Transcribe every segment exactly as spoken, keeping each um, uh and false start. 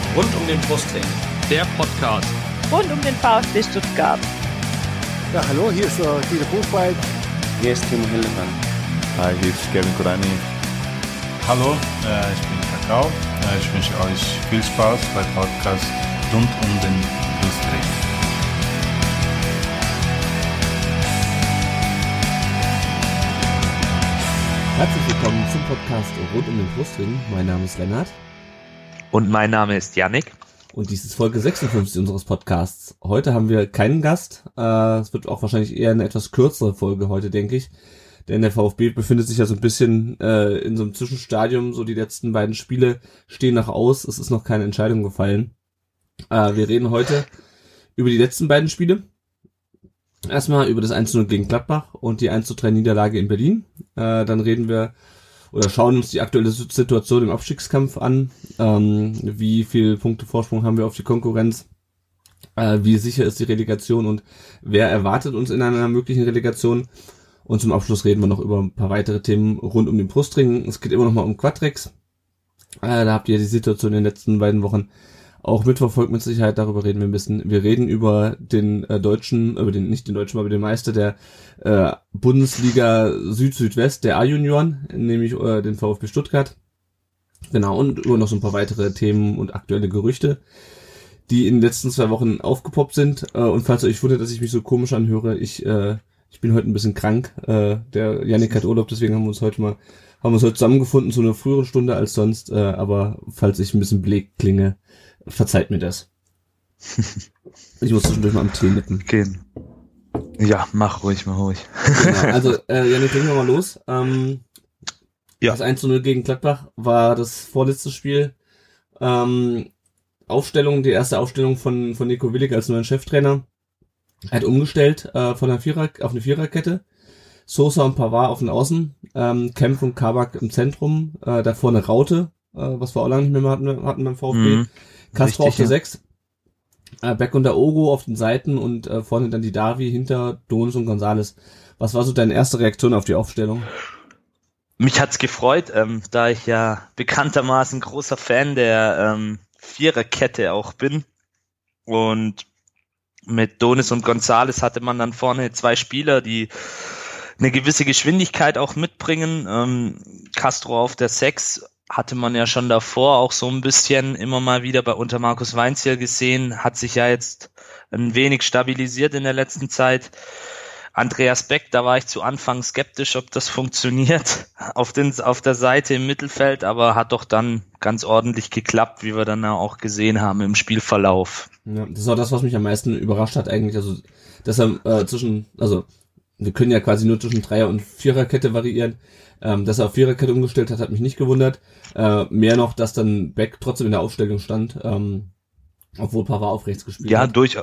Rund um den Brustring. Der Podcast. Rund um den VfB Stuttgart. Ja, hallo, hier ist uh, Guido Buchwald. Hier ist Timo Hildebrand. Hi, hier ist Kevin Kurani. Hallo, äh, ich bin Kakao. Äh, ich wünsche euch viel Spaß beim Podcast Rund um den Brustring. Herzlich willkommen zum Podcast Rund um den Brustring. Mein Name ist Lennart. Und mein Name ist Yannick. Und dies ist Folge sechsundfünfzig unseres Podcasts. Heute haben wir keinen Gast. Äh, es wird auch wahrscheinlich eher eine etwas kürzere Folge heute, denke ich. Denn der VfB befindet sich ja so ein bisschen äh, in so einem Zwischenstadium. So die letzten beiden Spiele stehen noch aus. Es ist noch keine Entscheidung gefallen. Äh, wir reden heute über die letzten beiden Spiele. Erstmal über das eins zu null gegen Gladbach und die eins zu drei Niederlage in Berlin. Äh, dann reden wir oder schauen uns die aktuelle Situation im Abstiegskampf an. Ähm, wie viel Punkte Vorsprung haben wir auf die Konkurrenz? Äh, wie sicher ist die Relegation und wer erwartet uns in einer möglichen Relegation? Und zum Abschluss reden wir noch über ein paar weitere Themen rund um den Brustring. Es geht immer noch mal um Quadrex. Äh, da habt ihr die Situation in den letzten beiden Wochen auch mitverfolgt mit Sicherheit, darüber reden wir ein bisschen. Wir reden über den äh, deutschen, über den, nicht den deutschen, aber den Meister der äh, Bundesliga Süd-Südwest, der A-Junioren, nämlich äh, den VfB Stuttgart. Genau, und über noch so ein paar weitere Themen und aktuelle Gerüchte, die in den letzten zwei Wochen aufgepoppt sind. Äh, und falls ihr euch wundert, dass ich mich so komisch anhöre, ich äh, ich bin heute ein bisschen krank. Äh, der Yannick hat Urlaub, deswegen haben wir uns heute mal, haben wir uns heute zusammengefunden zu einer früheren Stunde als sonst. Äh, aber falls ich ein bisschen bleek klinge, verzeiht mir das. Ich muss zwischendurch mal am Tee nippen. Okay. Ja, mach ruhig, mach ruhig. Genau, also, äh, Janik, legen wir mal los. Ähm, ja. Das eins zu null gegen Gladbach war das vorletzte Spiel. Ähm, Aufstellung, die erste Aufstellung von, von Nico Willig als neuen Cheftrainer. Er hat umgestellt äh, von einer Vierer auf eine Viererkette. Sosa und Pavard auf den Außen. Ähm, Kempf und Kabak im Zentrum. Äh, da vorne Raute, äh, was wir auch lange nicht mehr hatten, hatten beim VfB. Mhm. Castro auf der ja. sechs, äh, Beck und der Ogo auf den Seiten und äh, vorne dann die Davi hinter Donis und Gonzales. Was war so deine erste Reaktion auf die Aufstellung? Mich hat's gefreut, ähm, da ich ja bekanntermaßen großer Fan der ähm, Viererkette auch bin. Und mit Donis und Gonzales hatte man dann vorne zwei Spieler, die eine gewisse Geschwindigkeit auch mitbringen. Ähm, Castro auf der sechs hatte man ja schon davor auch so ein bisschen immer mal wieder bei unter Markus Weinzierl gesehen, hat sich ja jetzt ein wenig stabilisiert in der letzten Zeit. Andreas Beck, da war ich zu Anfang skeptisch, ob das funktioniert auf den auf der Seite im Mittelfeld, aber hat doch dann ganz ordentlich geklappt, wie wir dann auch gesehen haben im Spielverlauf. Ja, das ist auch das, was mich am meisten überrascht hat eigentlich, also dass er äh, zwischen, also wir können ja quasi nur zwischen Dreier- und Viererkette variieren. Ähm, dass er auf Viererkette umgestellt hat, hat mich nicht gewundert. Äh, mehr noch, dass dann Beck trotzdem in der Aufstellung stand, ähm, obwohl Pavard auf rechts gespielt ja, hat. Ja, durch,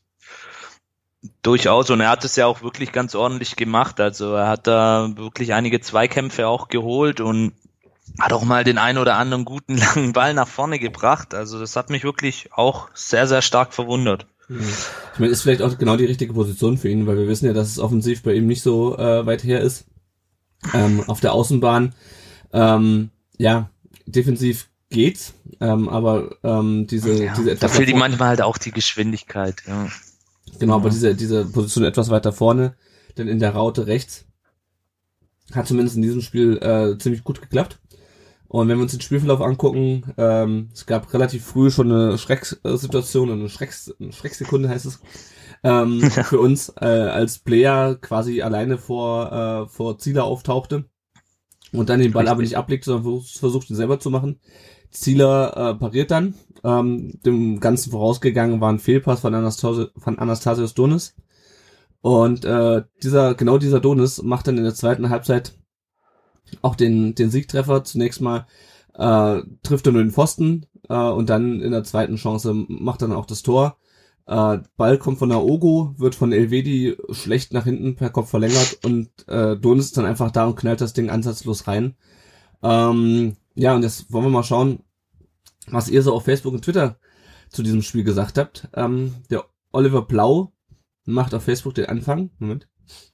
durchaus. Und er hat es ja auch wirklich ganz ordentlich gemacht. Also er hat da wirklich einige Zweikämpfe auch geholt und hat auch mal den einen oder anderen guten langen Ball nach vorne gebracht. Also das hat mich wirklich auch sehr, sehr stark verwundert. Ich meine, ist vielleicht auch genau die richtige Position für ihn, weil wir wissen ja, dass es offensiv bei ihm nicht so äh, weit her ist. Ähm, auf der Außenbahn, ähm, ja, defensiv geht's, ähm, aber ähm, diese, ja, diese etwas da fehlt ihm manchmal halt auch die Geschwindigkeit, ja. Genau, ja. aber diese diese Position etwas weiter vorne, denn in der Raute rechts hat zumindest in diesem Spiel äh, ziemlich gut geklappt. Und wenn wir uns den Spielverlauf angucken, ähm, es gab relativ früh schon eine Schrecksituation, eine Schrecks, eine Schrecksekunde heißt es, ähm, ja. für uns, äh, als Player quasi alleine vor äh, vor Zieler auftauchte und dann den Ball Richtig. aber nicht ablegt, sondern versucht ihn selber zu machen. Zieler äh, pariert dann. Ähm, dem Ganzen vorausgegangen war ein Fehlpass von, Anastasi- von Anastasios Donis. Und äh, dieser genau dieser Donis macht dann in der zweiten Halbzeit auch den den Siegtreffer. Zunächst mal äh, trifft er nur den Pfosten äh, und dann in der zweiten Chance macht er dann auch das Tor. Äh, Ball kommt von der Ogo, wird von Elvedi schlecht nach hinten per Kopf verlängert und äh, Donis ist dann einfach da und knallt das Ding ansatzlos rein. Ähm, ja, und jetzt wollen wir mal schauen, was ihr so auf Facebook und Twitter zu diesem Spiel gesagt habt. Ähm, der Oliver Blau macht auf Facebook den Anfang. Moment.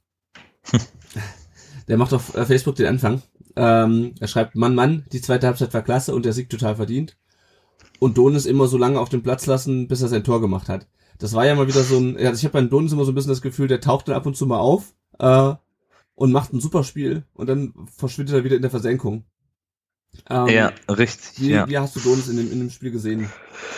Der macht auf Facebook den Anfang. Ähm, er schreibt, Mann, Mann, die zweite Halbzeit war klasse und der Sieg total verdient. und Donis immer so lange auf dem Platz lassen, bis er sein Tor gemacht hat. Das war ja mal wieder so ein, also ich habe bei Donis immer so ein bisschen das Gefühl, der taucht dann ab und zu mal auf äh, und macht ein super Spiel und dann verschwindet er wieder in der Versenkung. Ähm, ja, richtig. Wie, ja. wie hast du Donis in dem, in dem Spiel gesehen?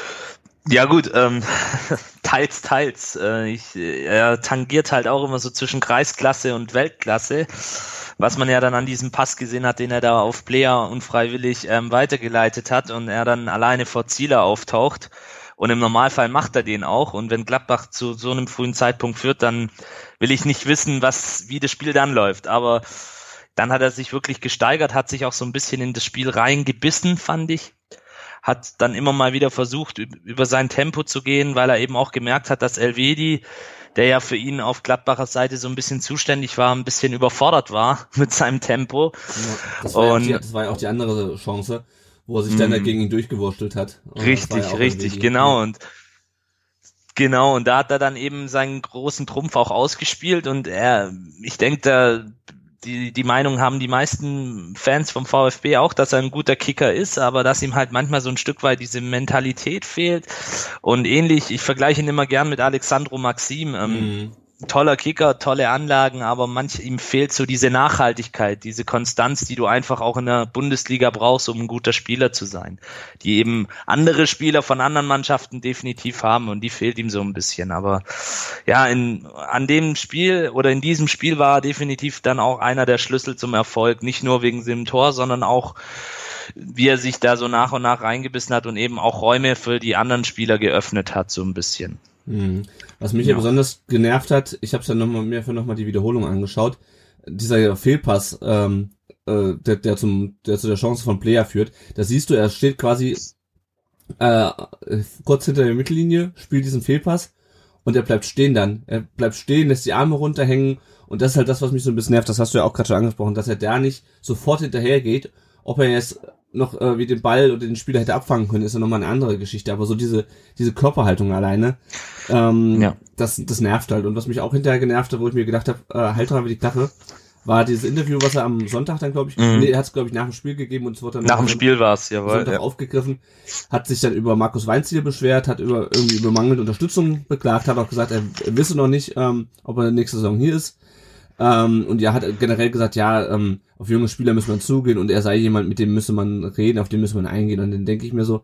Ja gut, ähm, teils, teils. Äh, ich, er tangiert halt auch immer so zwischen Kreisklasse und Weltklasse, was man ja dann an diesem Pass gesehen hat, den er da auf Player unfreiwillig ähm, weitergeleitet hat und er dann alleine vor Zieler auftaucht. Und im Normalfall macht er den auch. Und wenn Gladbach zu so einem frühen Zeitpunkt führt, dann will ich nicht wissen, was wie das Spiel dann läuft. Aber dann hat er sich wirklich gesteigert, hat sich auch so ein bisschen in das Spiel reingebissen, fand ich. Hat dann immer mal wieder versucht, über sein Tempo zu gehen, weil er eben auch gemerkt hat, dass Elvedi, der ja für ihn auf Gladbacher Seite so ein bisschen zuständig war, ein bisschen überfordert war mit seinem Tempo. Ja, das, war und ja die, das war ja auch die andere Chance, wo er sich dann dagegen ihn durchgewurschtelt hat. Und richtig, ja richtig, genau. Und genau, und da hat er dann eben seinen großen Trumpf auch ausgespielt und er, ich denke, da die die Meinung haben die meisten Fans vom VfB auch, dass er ein guter Kicker ist, aber dass ihm halt manchmal so ein Stück weit diese Mentalität fehlt. Und ähnlich, ich vergleiche ihn immer gern mit Alexandro Maxim. Ähm, mhm. Toller Kicker, tolle Anlagen, aber manch ihm fehlt so diese Nachhaltigkeit, diese Konstanz, die du einfach auch in der Bundesliga brauchst, um ein guter Spieler zu sein, die eben andere Spieler von anderen Mannschaften definitiv haben und die fehlt ihm so ein bisschen. Aber ja, in an dem Spiel oder in diesem Spiel war er definitiv dann auch einer der Schlüssel zum Erfolg, nicht nur wegen dem Tor, sondern auch wie er sich da so nach und nach reingebissen hat und eben auch Räume für die anderen Spieler geöffnet hat, so ein bisschen. Was mich ja, ja besonders genervt hat, ich habe es ja noch mal, mir für nochmal die Wiederholung angeschaut, dieser Fehlpass, ähm, äh, der, der zum, der zu der Chance von Player führt, da siehst du, er steht quasi äh, kurz hinter der Mittellinie, spielt diesen Fehlpass und er bleibt stehen dann. Er bleibt stehen, lässt die Arme runterhängen und das ist halt das, was mich so ein bisschen nervt, das hast du ja auch gerade schon angesprochen, dass er da nicht sofort hinterher geht. Ob er jetzt noch äh, wie den Ball oder den Spieler hätte abfangen können, ist ja nochmal eine andere Geschichte. Aber so diese diese Körperhaltung alleine, ähm, ja. das das nervt halt. Und was mich auch hinterher genervt hat, wo ich mir gedacht habe, äh, halt doch mal die Klappe, war dieses Interview, was er am Sonntag dann, glaube ich, mhm. nee, er hat es, glaube ich, nach dem Spiel gegeben und es wurde dann nach dem Spiel war es, jawohl, Sonntag ja. aufgegriffen, hat sich dann über Markus Weinziel beschwert, hat über irgendwie über mangelnde Unterstützung beklagt, hat auch gesagt, er, er wisse noch nicht, ähm, ob er nächste Saison hier ist. Ähm, und er hat generell gesagt, ja, ähm, auf junge Spieler müsse man zugehen und er sei jemand, mit dem müsse man reden, auf den müsse man eingehen. Und dann denke ich mir so,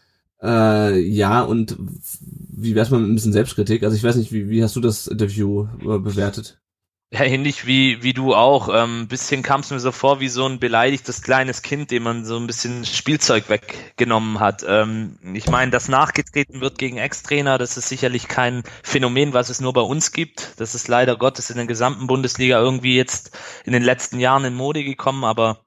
äh, ja, und wie wär's mal mit ein bisschen Selbstkritik? Also ich weiß nicht, wie, wie hast du das Interview äh, bewertet? Ja, ähnlich wie wie du auch. Ein ähm, bisschen kam es mir so vor wie so ein beleidigtes kleines Kind, dem man so ein bisschen Spielzeug weggenommen hat. Ähm, ich meine, dass nachgetreten wird gegen Ex-Trainer, das ist sicherlich kein Phänomen, was es nur bei uns gibt. Das ist leider Gottes in der gesamten Bundesliga irgendwie jetzt in den letzten Jahren in Mode gekommen, aber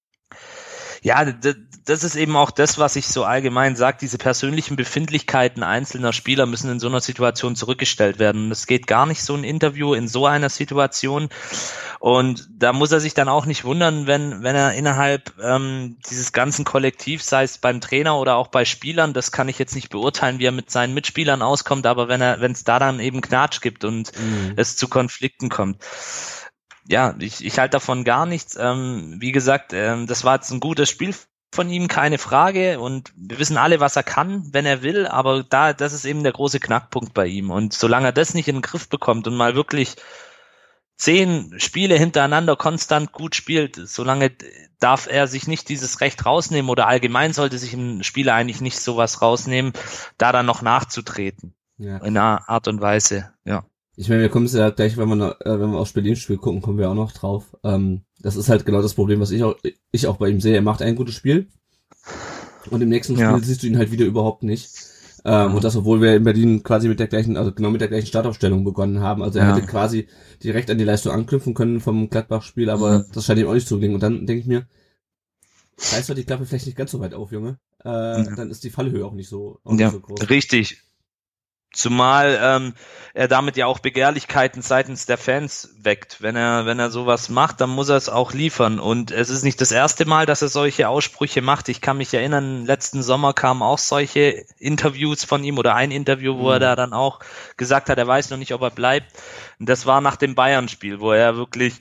ja, das ist eben auch das, was ich so allgemein sage, diese persönlichen Befindlichkeiten einzelner Spieler müssen in so einer Situation zurückgestellt werden. Es geht gar nicht, so ein Interview in so einer Situation. Und da muss er sich dann auch nicht wundern, wenn wenn er innerhalb ähm, dieses ganzen Kollektivs, sei es beim Trainer oder auch bei Spielern, das kann ich jetzt nicht beurteilen, wie er mit seinen Mitspielern auskommt, aber wenn er wenn es da dann eben Knatsch gibt und mhm. es zu Konflikten kommt. Ja, ich, ich halte davon gar nichts. Ähm, wie gesagt, ähm, das war jetzt ein gutes Spiel von ihm, keine Frage. Und wir wissen alle, was er kann, wenn er will. Aber da, das ist eben der große Knackpunkt bei ihm. Und solange er das nicht in den Griff bekommt und mal wirklich zehn Spiele hintereinander konstant gut spielt, solange darf er sich nicht dieses Recht rausnehmen oder allgemein sollte sich ein Spieler eigentlich nicht sowas rausnehmen, da dann noch nachzutreten. Ja. In einer Art und Weise, ja. Ich meine, wir kommen ja gleich, wenn wir noch, äh, wenn wir aufs Berlin-Spiel gucken, kommen wir auch noch drauf. Ähm, das ist halt genau das Problem, was ich auch, ich auch bei ihm sehe. Er macht ein gutes Spiel und im nächsten ja. Spiel siehst du ihn halt wieder überhaupt nicht. Ähm, und das, obwohl wir in Berlin quasi mit der gleichen, also genau mit der gleichen Startaufstellung begonnen haben. Also er ja. hätte quasi direkt an die Leistung anknüpfen können vom Gladbach-Spiel, aber mhm. das scheint ihm auch nicht zu gelingen. Und dann denke ich mir, reißt doch die Klappe vielleicht nicht ganz so weit auf, Junge. Äh, ja. Dann ist die Fallhöhe auch nicht so, auch ja. nicht so groß. Richtig. Zumal ähm, er damit ja auch Begehrlichkeiten seitens der Fans weckt. Wenn er wenn er sowas macht, dann muss er es auch liefern. Und es ist nicht das erste Mal, dass er solche Aussprüche macht. Ich kann mich erinnern, letzten Sommer kamen auch solche Interviews von ihm oder ein Interview, wo mhm. er da dann auch gesagt hat, er weiß noch nicht, ob er bleibt. Und das war nach dem Bayern-Spiel, wo er wirklich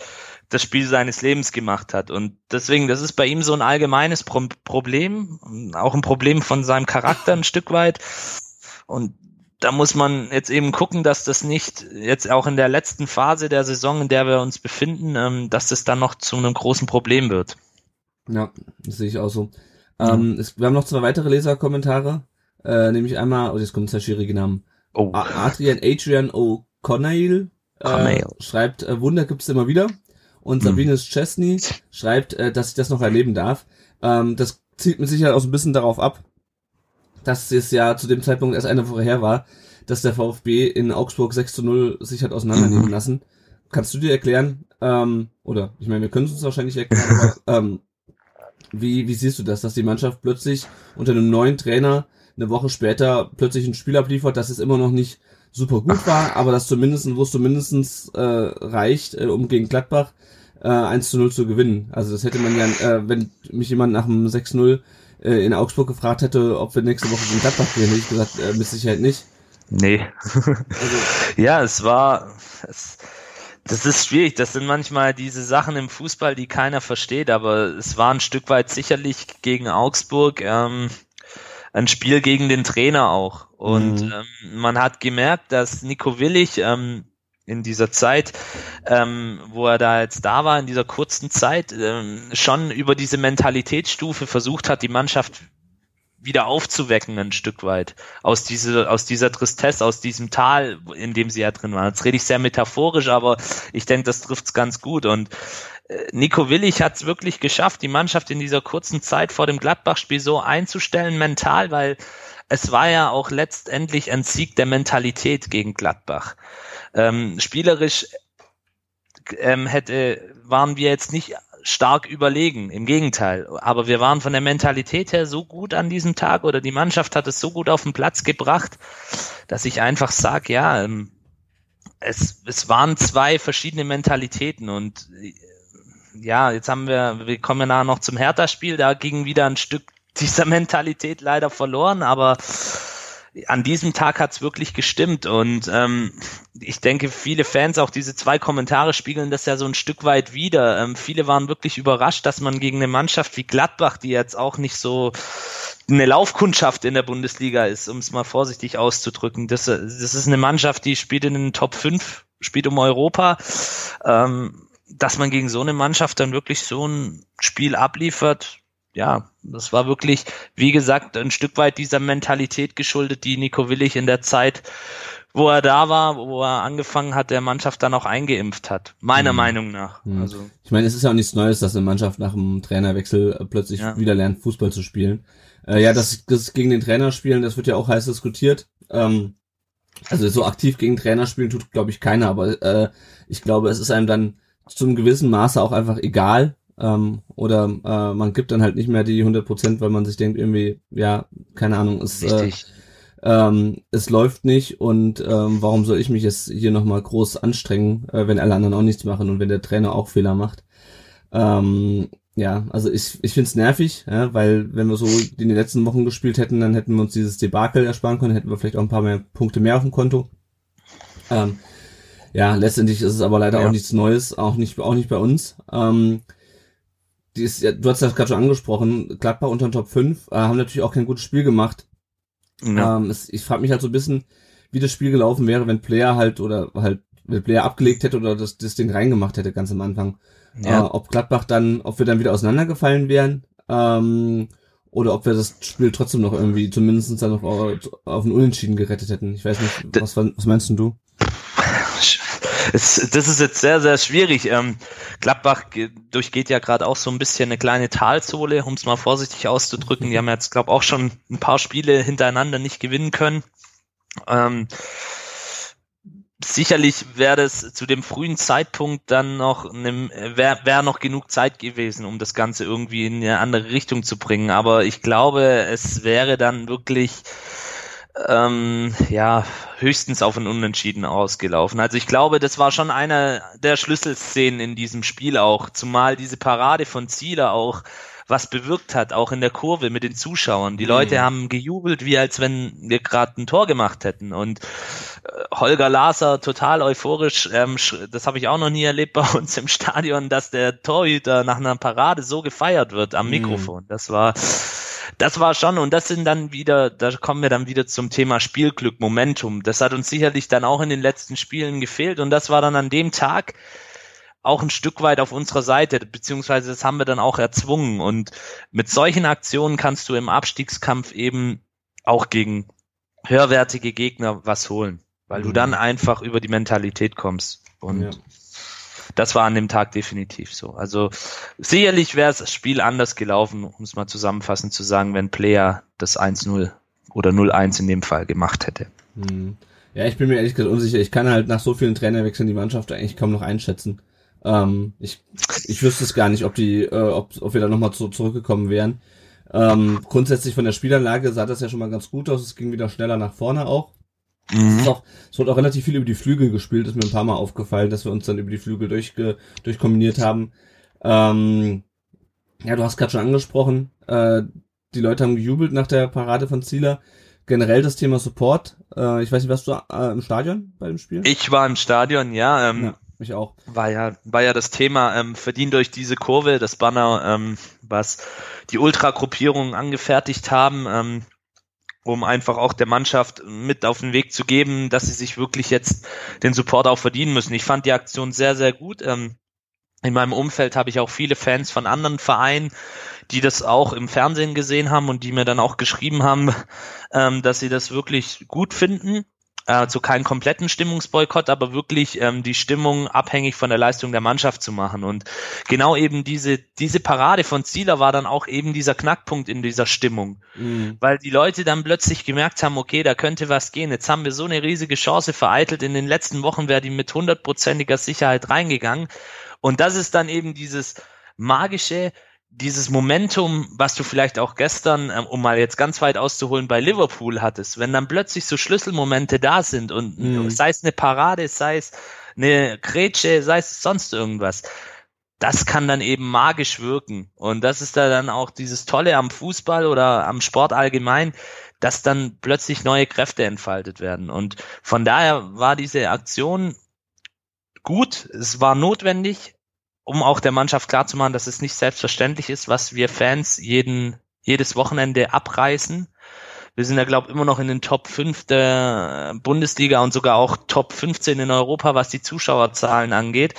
das Spiel seines Lebens gemacht hat. Und deswegen, das ist bei ihm so ein allgemeines Pro- Problem, auch ein Problem von seinem Charakter ein Stück weit. Und da muss man jetzt eben gucken, dass das nicht jetzt auch in der letzten Phase der Saison, in der wir uns befinden, ähm, dass das dann noch zu einem großen Problem wird. Ja, das sehe ich auch so. Mhm. Ähm, es, wir haben noch zwei weitere Leserkommentare, äh, nämlich einmal, oh, jetzt kommen zwei schwierige Namen. Oh. Adrian Adrian O'Connell äh, schreibt, äh, Wunder gibt's immer wieder. Und mhm. Sabines Chesney schreibt, äh, dass ich das noch erleben darf. Ähm, das zielt mit Sicherheit auch so ein bisschen darauf ab, dass es ja zu dem Zeitpunkt erst eine Woche her war, dass der VfB in Augsburg sechs zu null sich hat auseinandernehmen mhm. lassen. Kannst du dir erklären, ähm, oder ich meine, wir können es uns wahrscheinlich erklären, aber ähm, wie, wie siehst du das, dass die Mannschaft plötzlich unter einem neuen Trainer eine Woche später plötzlich ein Spiel abliefert, dass es immer noch nicht super gut war, aber das zumindest, wo es zumindest äh, reicht, äh, um gegen Gladbach äh, eins zu null zu gewinnen. Also das hätte man ja, äh, wenn mich jemand nach dem sechs null in Augsburg gefragt hätte, ob wir nächste Woche gegen Gladbach gehen, hätte ich gesagt, äh, mit Sicherheit nicht. Nee. Also. Ja, es war, es, das ist schwierig. Das sind manchmal diese Sachen im Fußball, die keiner versteht, aber es war ein Stück weit sicherlich gegen Augsburg ähm, ein Spiel gegen den Trainer auch. Und mhm. ähm, man hat gemerkt, dass Nico Willig ähm, in dieser Zeit, ähm, wo er da jetzt da war, in dieser kurzen Zeit, ähm, schon über diese Mentalitätsstufe versucht hat, die Mannschaft wieder aufzuwecken ein Stück weit. Aus dieser, aus dieser Tristesse, aus diesem Tal, in dem sie ja drin waren. Jetzt rede ich sehr metaphorisch, aber ich denke, das trifft's ganz gut. Und äh, Nico Willig hat es wirklich geschafft, die Mannschaft in dieser kurzen Zeit vor dem Gladbach-Spiel so einzustellen, mental, weil es war ja auch letztendlich ein Sieg der Mentalität gegen Gladbach. Ähm, spielerisch ähm, hätte, waren wir jetzt nicht stark überlegen, im Gegenteil. Aber wir waren von der Mentalität her so gut an diesem Tag oder die Mannschaft hat es so gut auf den Platz gebracht, dass ich einfach sage, ja, ähm, es, es waren zwei verschiedene Mentalitäten und ja, jetzt haben wir, wir kommen ja nachher noch zum Hertha-Spiel, da ging wieder ein Stück dieser Mentalität leider verloren, aber an diesem Tag hat's wirklich gestimmt und ähm, ich denke, viele Fans, auch diese zwei Kommentare spiegeln das ja so ein Stück weit wider. Ähm, viele waren wirklich überrascht, dass man gegen eine Mannschaft wie Gladbach, die jetzt auch nicht so eine Laufkundschaft in der Bundesliga ist, um es mal vorsichtig auszudrücken, das, das ist eine Mannschaft, die spielt in den Top fünf, spielt um Europa, ähm, dass man gegen so eine Mannschaft dann wirklich so ein Spiel abliefert. Ja, das war wirklich, wie gesagt, ein Stück weit dieser Mentalität geschuldet, die Nico Willig in der Zeit, wo er da war, wo er angefangen hat, der Mannschaft dann auch eingeimpft hat. Meiner mhm. Meinung nach. Mhm. Also ich meine, es ist ja auch nichts Neues, dass eine Mannschaft nach dem Trainerwechsel plötzlich ja. wieder lernt, Fußball zu spielen. Äh, ja, das, das gegen den Trainer spielen, das wird ja auch heiß diskutiert. Ähm, also so aktiv gegen Trainer spielen tut, glaube ich, keiner, aber äh, ich glaube, es ist einem dann zu einem gewissen Maße auch einfach egal. Ähm, oder äh, man gibt dann halt nicht mehr die hundert Prozent, weil man sich denkt irgendwie, ja, keine Ahnung, es, äh, ähm, es läuft nicht und ähm, warum soll ich mich jetzt hier nochmal groß anstrengen, äh, wenn alle anderen auch nichts machen und wenn der Trainer auch Fehler macht. Ähm, ja, also ich, ich find's nervig, ja, weil wenn wir so in den letzten Wochen gespielt hätten, dann hätten wir uns dieses Debakel ersparen können, hätten wir vielleicht auch ein paar mehr Punkte mehr auf dem Konto. Ähm, ja, letztendlich ist es aber leider ja. auch nichts Neues, auch nicht, auch nicht bei uns. Ähm, Die ist, ja, du hast das gerade schon angesprochen, Gladbach unter den Top fünf, äh, haben natürlich auch kein gutes Spiel gemacht. Ja. Ähm, es, ich frage mich halt so ein bisschen, wie das Spiel gelaufen wäre, wenn Player halt oder halt, wenn Player abgelegt hätte oder das, das Ding reingemacht hätte ganz am Anfang. Ja. Äh, ob Gladbach dann, ob wir dann wieder auseinandergefallen wären, ähm, oder ob wir das Spiel trotzdem noch irgendwie zumindest dann noch auf, auf ein Unentschieden gerettet hätten. Ich weiß nicht, was, was meinst denn du? Es, das ist jetzt sehr, sehr schwierig. Ähm, Gladbach durchgeht ja gerade auch so ein bisschen eine kleine Talsohle, um es mal vorsichtig auszudrücken. Die haben jetzt, glaube ich, auch schon ein paar Spiele hintereinander nicht gewinnen können. Ähm, sicherlich wäre das zu dem frühen Zeitpunkt dann noch, wäre wär noch genug Zeit gewesen, um das Ganze irgendwie in eine andere Richtung zu bringen. Aber ich glaube, es wäre dann wirklich Ähm, ja, höchstens auf ein Unentschieden ausgelaufen. Also ich glaube, das war schon eine der Schlüsselszenen in diesem Spiel auch, zumal diese Parade von Zieler auch, was bewirkt hat, auch in der Kurve mit den Zuschauern. Die Mhm. Leute haben gejubelt, wie als wenn wir gerade ein Tor gemacht hätten. Und äh, Holger Laser total euphorisch, ähm, sch- das habe ich auch noch nie erlebt bei uns im Stadion, dass der Torhüter nach einer Parade so gefeiert wird am Mhm. Mikrofon. Das war Das war schon, und das sind dann wieder, da kommen wir dann wieder zum Thema Spielglück, Momentum. Das hat uns sicherlich dann auch in den letzten Spielen gefehlt, und das war dann an dem Tag auch ein Stück weit auf unserer Seite, beziehungsweise das haben wir dann auch erzwungen, und mit solchen Aktionen kannst du im Abstiegskampf eben auch gegen höherwertige Gegner was holen, weil du Mhm. dann einfach über die Mentalität kommst, und Ja. das war an dem Tag definitiv so. Also sicherlich wäre das Spiel anders gelaufen, um es mal zusammenfassend zu sagen, wenn Player das eins null oder null eins in dem Fall gemacht hätte. Hm. Ja, ich bin mir ehrlich gesagt unsicher. Ich kann halt nach so vielen Trainerwechseln die Mannschaft eigentlich kaum noch einschätzen. Ähm, ich, ich wüsste es gar nicht, ob die, äh, ob, ob wir da nochmal zu, zurückgekommen wären. Ähm, grundsätzlich von der Spielanlage sah das ja schon mal ganz gut aus. Es ging wieder schneller nach vorne auch. Es, ist auch, es wurde auch relativ viel über die Flügel gespielt, ist mir ein paar Mal aufgefallen, dass wir uns dann über die Flügel durchge, durchkombiniert haben. Ähm, ja, du hast gerade schon angesprochen, äh, die Leute haben gejubelt nach der Parade von Zieler. Generell das Thema Support. Äh, ich weiß nicht, warst du äh, im Stadion bei dem Spiel? Ich war im Stadion, ja, ähm, Ja, ich auch. war ja, war ja das Thema, ähm, verdient durch diese Kurve, das Banner, ähm, was die Ultra-Gruppierungen angefertigt haben, ähm, um einfach auch der Mannschaft mit auf den Weg zu geben, dass sie sich wirklich jetzt den Support auch verdienen müssen. Ich fand die Aktion sehr, sehr gut. Ähm, in meinem Umfeld habe ich auch viele Fans von anderen Vereinen, die das auch im Fernsehen gesehen haben und die mir dann auch geschrieben haben, ähm, dass sie das wirklich gut finden. Also keinen kompletten Stimmungsboykott, aber wirklich ähm, die Stimmung abhängig von der Leistung der Mannschaft zu machen. Und genau eben diese diese Parade von Zieler war dann auch eben dieser Knackpunkt in dieser Stimmung. Mhm. Weil die Leute dann plötzlich gemerkt haben, okay, da könnte was gehen. Jetzt haben wir so eine riesige Chance vereitelt. In den letzten Wochen wäre die mit hundertprozentiger Sicherheit reingegangen. Und das ist dann eben dieses magische, dieses Momentum, was du vielleicht auch gestern, um mal jetzt ganz weit auszuholen, bei Liverpool hattest, wenn dann plötzlich so Schlüsselmomente da sind und Mhm. sei es eine Parade, sei es eine Grätsche, sei es sonst irgendwas, das kann dann eben magisch wirken. Und das ist da dann auch dieses Tolle am Fußball oder am Sport allgemein, dass dann plötzlich neue Kräfte entfaltet werden. Und von daher war diese Aktion gut, es war notwendig, um auch der Mannschaft klarzumachen, dass es nicht selbstverständlich ist, was wir Fans jeden jedes Wochenende abreißen. Wir sind ja, glaube ich, immer noch in den Top fünf der Bundesliga und sogar auch Top fünfzehn in Europa, was die Zuschauerzahlen angeht.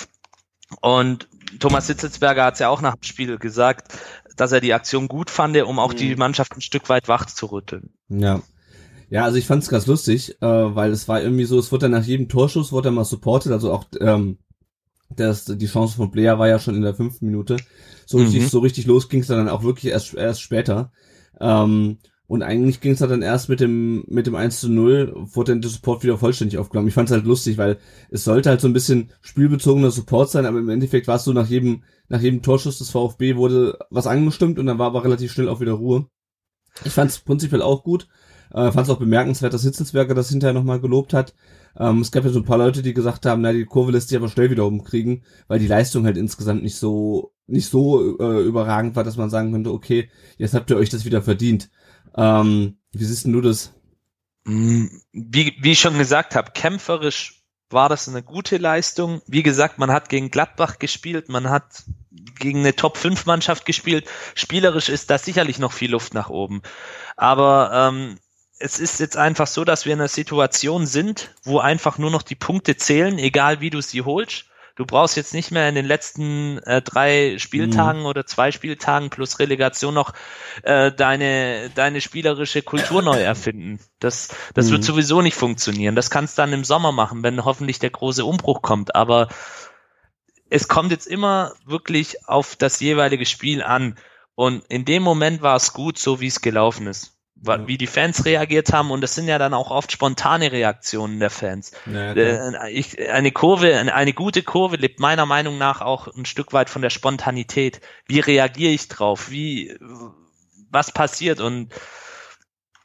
Und Thomas Hitzelsberger hat es ja auch nach dem Spiel gesagt, dass er die Aktion gut fand, um auch die Mannschaft ein Stück weit wach zu rütteln. Ja. Ja, also ich fand es ganz lustig, äh, weil es war irgendwie so, es wurde dann nach jedem Torschuss wurde dann mal supportet, also auch ähm, das, die Chance von Player war ja schon in der fünften Minute. So richtig, Mhm. so richtig los ging es dann auch wirklich erst erst später. Ähm, und eigentlich ging es dann erst mit dem mit dem eins zu null, wurde dann der Support wieder vollständig aufgenommen. Ich fand es halt lustig, weil es sollte halt so ein bisschen spielbezogener Support sein, aber im Endeffekt war es so, nach jedem nach jedem Torschuss des VfB wurde was angestimmt und dann war aber relativ schnell auch wieder Ruhe. Ich fand es prinzipiell auch gut. Äh, fand es auch bemerkenswert, dass Hitzelsberger das hinterher nochmal gelobt hat. Ähm, es gab ja so ein paar Leute, die gesagt haben, na, die Kurve lässt sich aber schnell wieder umkriegen, weil die Leistung halt insgesamt nicht so nicht so äh, überragend war, dass man sagen könnte, okay, jetzt habt ihr euch das wieder verdient. Ähm, wie siehst denn du das? Wie, wie ich schon gesagt habe, kämpferisch war das eine gute Leistung. Wie gesagt, man hat gegen Gladbach gespielt, man hat gegen eine Top fünf Mannschaft gespielt. Spielerisch ist da sicherlich noch viel Luft nach oben. Aber ähm, es ist jetzt einfach so, dass wir in einer Situation sind, wo einfach nur noch die Punkte zählen, egal wie du sie holst. Du brauchst jetzt nicht mehr in den letzten äh, drei Spieltagen mhm. oder zwei Spieltagen plus Relegation noch äh, deine deine spielerische Kultur neu erfinden. Das das mhm. wird sowieso nicht funktionieren. Das kannst du dann im Sommer machen, wenn hoffentlich der große Umbruch kommt. Aber es kommt jetzt immer wirklich auf das jeweilige Spiel an. Und in dem Moment war es gut, so wie es gelaufen ist. Wie die Fans reagiert haben, und das sind ja dann auch oft spontane Reaktionen der Fans. Ja, äh, ich, eine Kurve, eine, eine gute Kurve lebt meiner Meinung nach auch ein Stück weit von der Spontanität. Wie reagiere ich drauf? Wie, was passiert? Und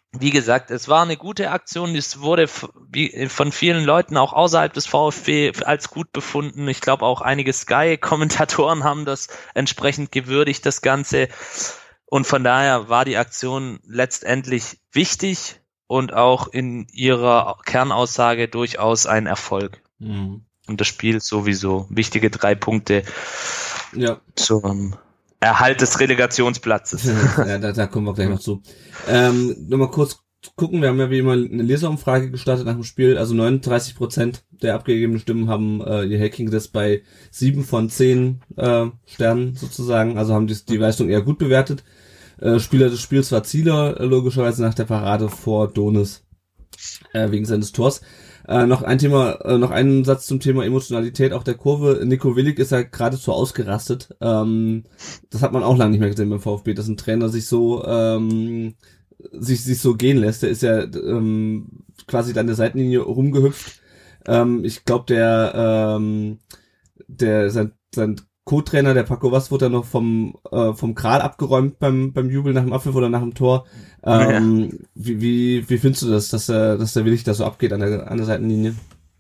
wie gesagt, es war eine gute Aktion, es wurde von vielen Leuten auch außerhalb des VfB als gut befunden. Ich glaube auch einige Sky-Kommentatoren haben das entsprechend gewürdigt, das Ganze. Und von daher war die Aktion letztendlich wichtig und auch in ihrer Kernaussage durchaus ein Erfolg. Mhm. Und das Spiel sowieso. Wichtige drei Punkte ja. zum Erhalt des Relegationsplatzes. Ja, da, da kommen wir gleich noch zu. Ähm, Nochmal kurz gucken, wir haben ja wie immer eine Leserumfrage gestartet nach dem Spiel. Also neununddreißig Prozent der abgegebenen Stimmen haben äh, ihr Hacking gesetzt bei sieben von zehn äh, Sternen sozusagen. Also haben die, die Leistung eher gut bewertet. Äh, Spieler des Spiels war Zieler, äh, logischerweise nach der Parade vor Donis äh, wegen seines Tors. Äh, noch ein Thema, äh, noch einen Satz zum Thema Emotionalität auch der Kurve. Nico Willig ist ja geradezu ausgerastet. Ähm, das hat man auch lange nicht mehr gesehen beim VfB, dass ein Trainer sich so ähm, sich sich so gehen lässt. Der ist ja ähm, quasi an der Seitenlinie rumgehüpft. Ähm, ich glaube, der ähm, der sein, sein Co-Trainer, der Paco Was, wurde dann noch vom äh, vom Kral abgeräumt beim beim Jubel nach dem Abpfiff oder nach dem Tor. Ähm, ja. wie, wie wie findest du das, dass er dass der Willig da so abgeht an der an der Seitenlinie?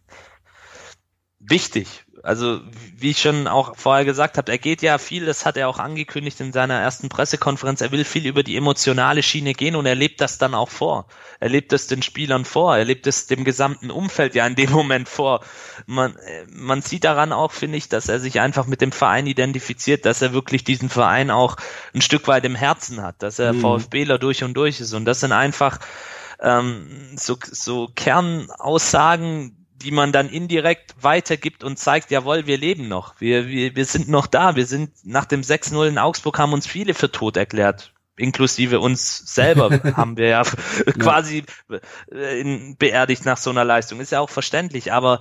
Wichtig. Also wie ich schon auch vorher gesagt habe, er geht ja viel, das hat er auch angekündigt in seiner ersten Pressekonferenz, er will viel über die emotionale Schiene gehen und er lebt das dann auch vor. Er lebt es den Spielern vor, er lebt es dem gesamten Umfeld ja in dem Moment vor. Man, man sieht daran auch, finde ich, dass er sich einfach mit dem Verein identifiziert, dass er wirklich diesen Verein auch ein Stück weit im Herzen hat, dass er mhm. VfBler durch und durch ist und das sind einfach ähm, so, so Kernaussagen, die man dann indirekt weitergibt und zeigt, jawohl, wir leben noch, wir, wir, wir sind noch da, wir sind nach dem sechs null in Augsburg, haben uns viele für tot erklärt, inklusive uns selber haben wir ja quasi in, beerdigt nach so einer Leistung, ist ja auch verständlich, aber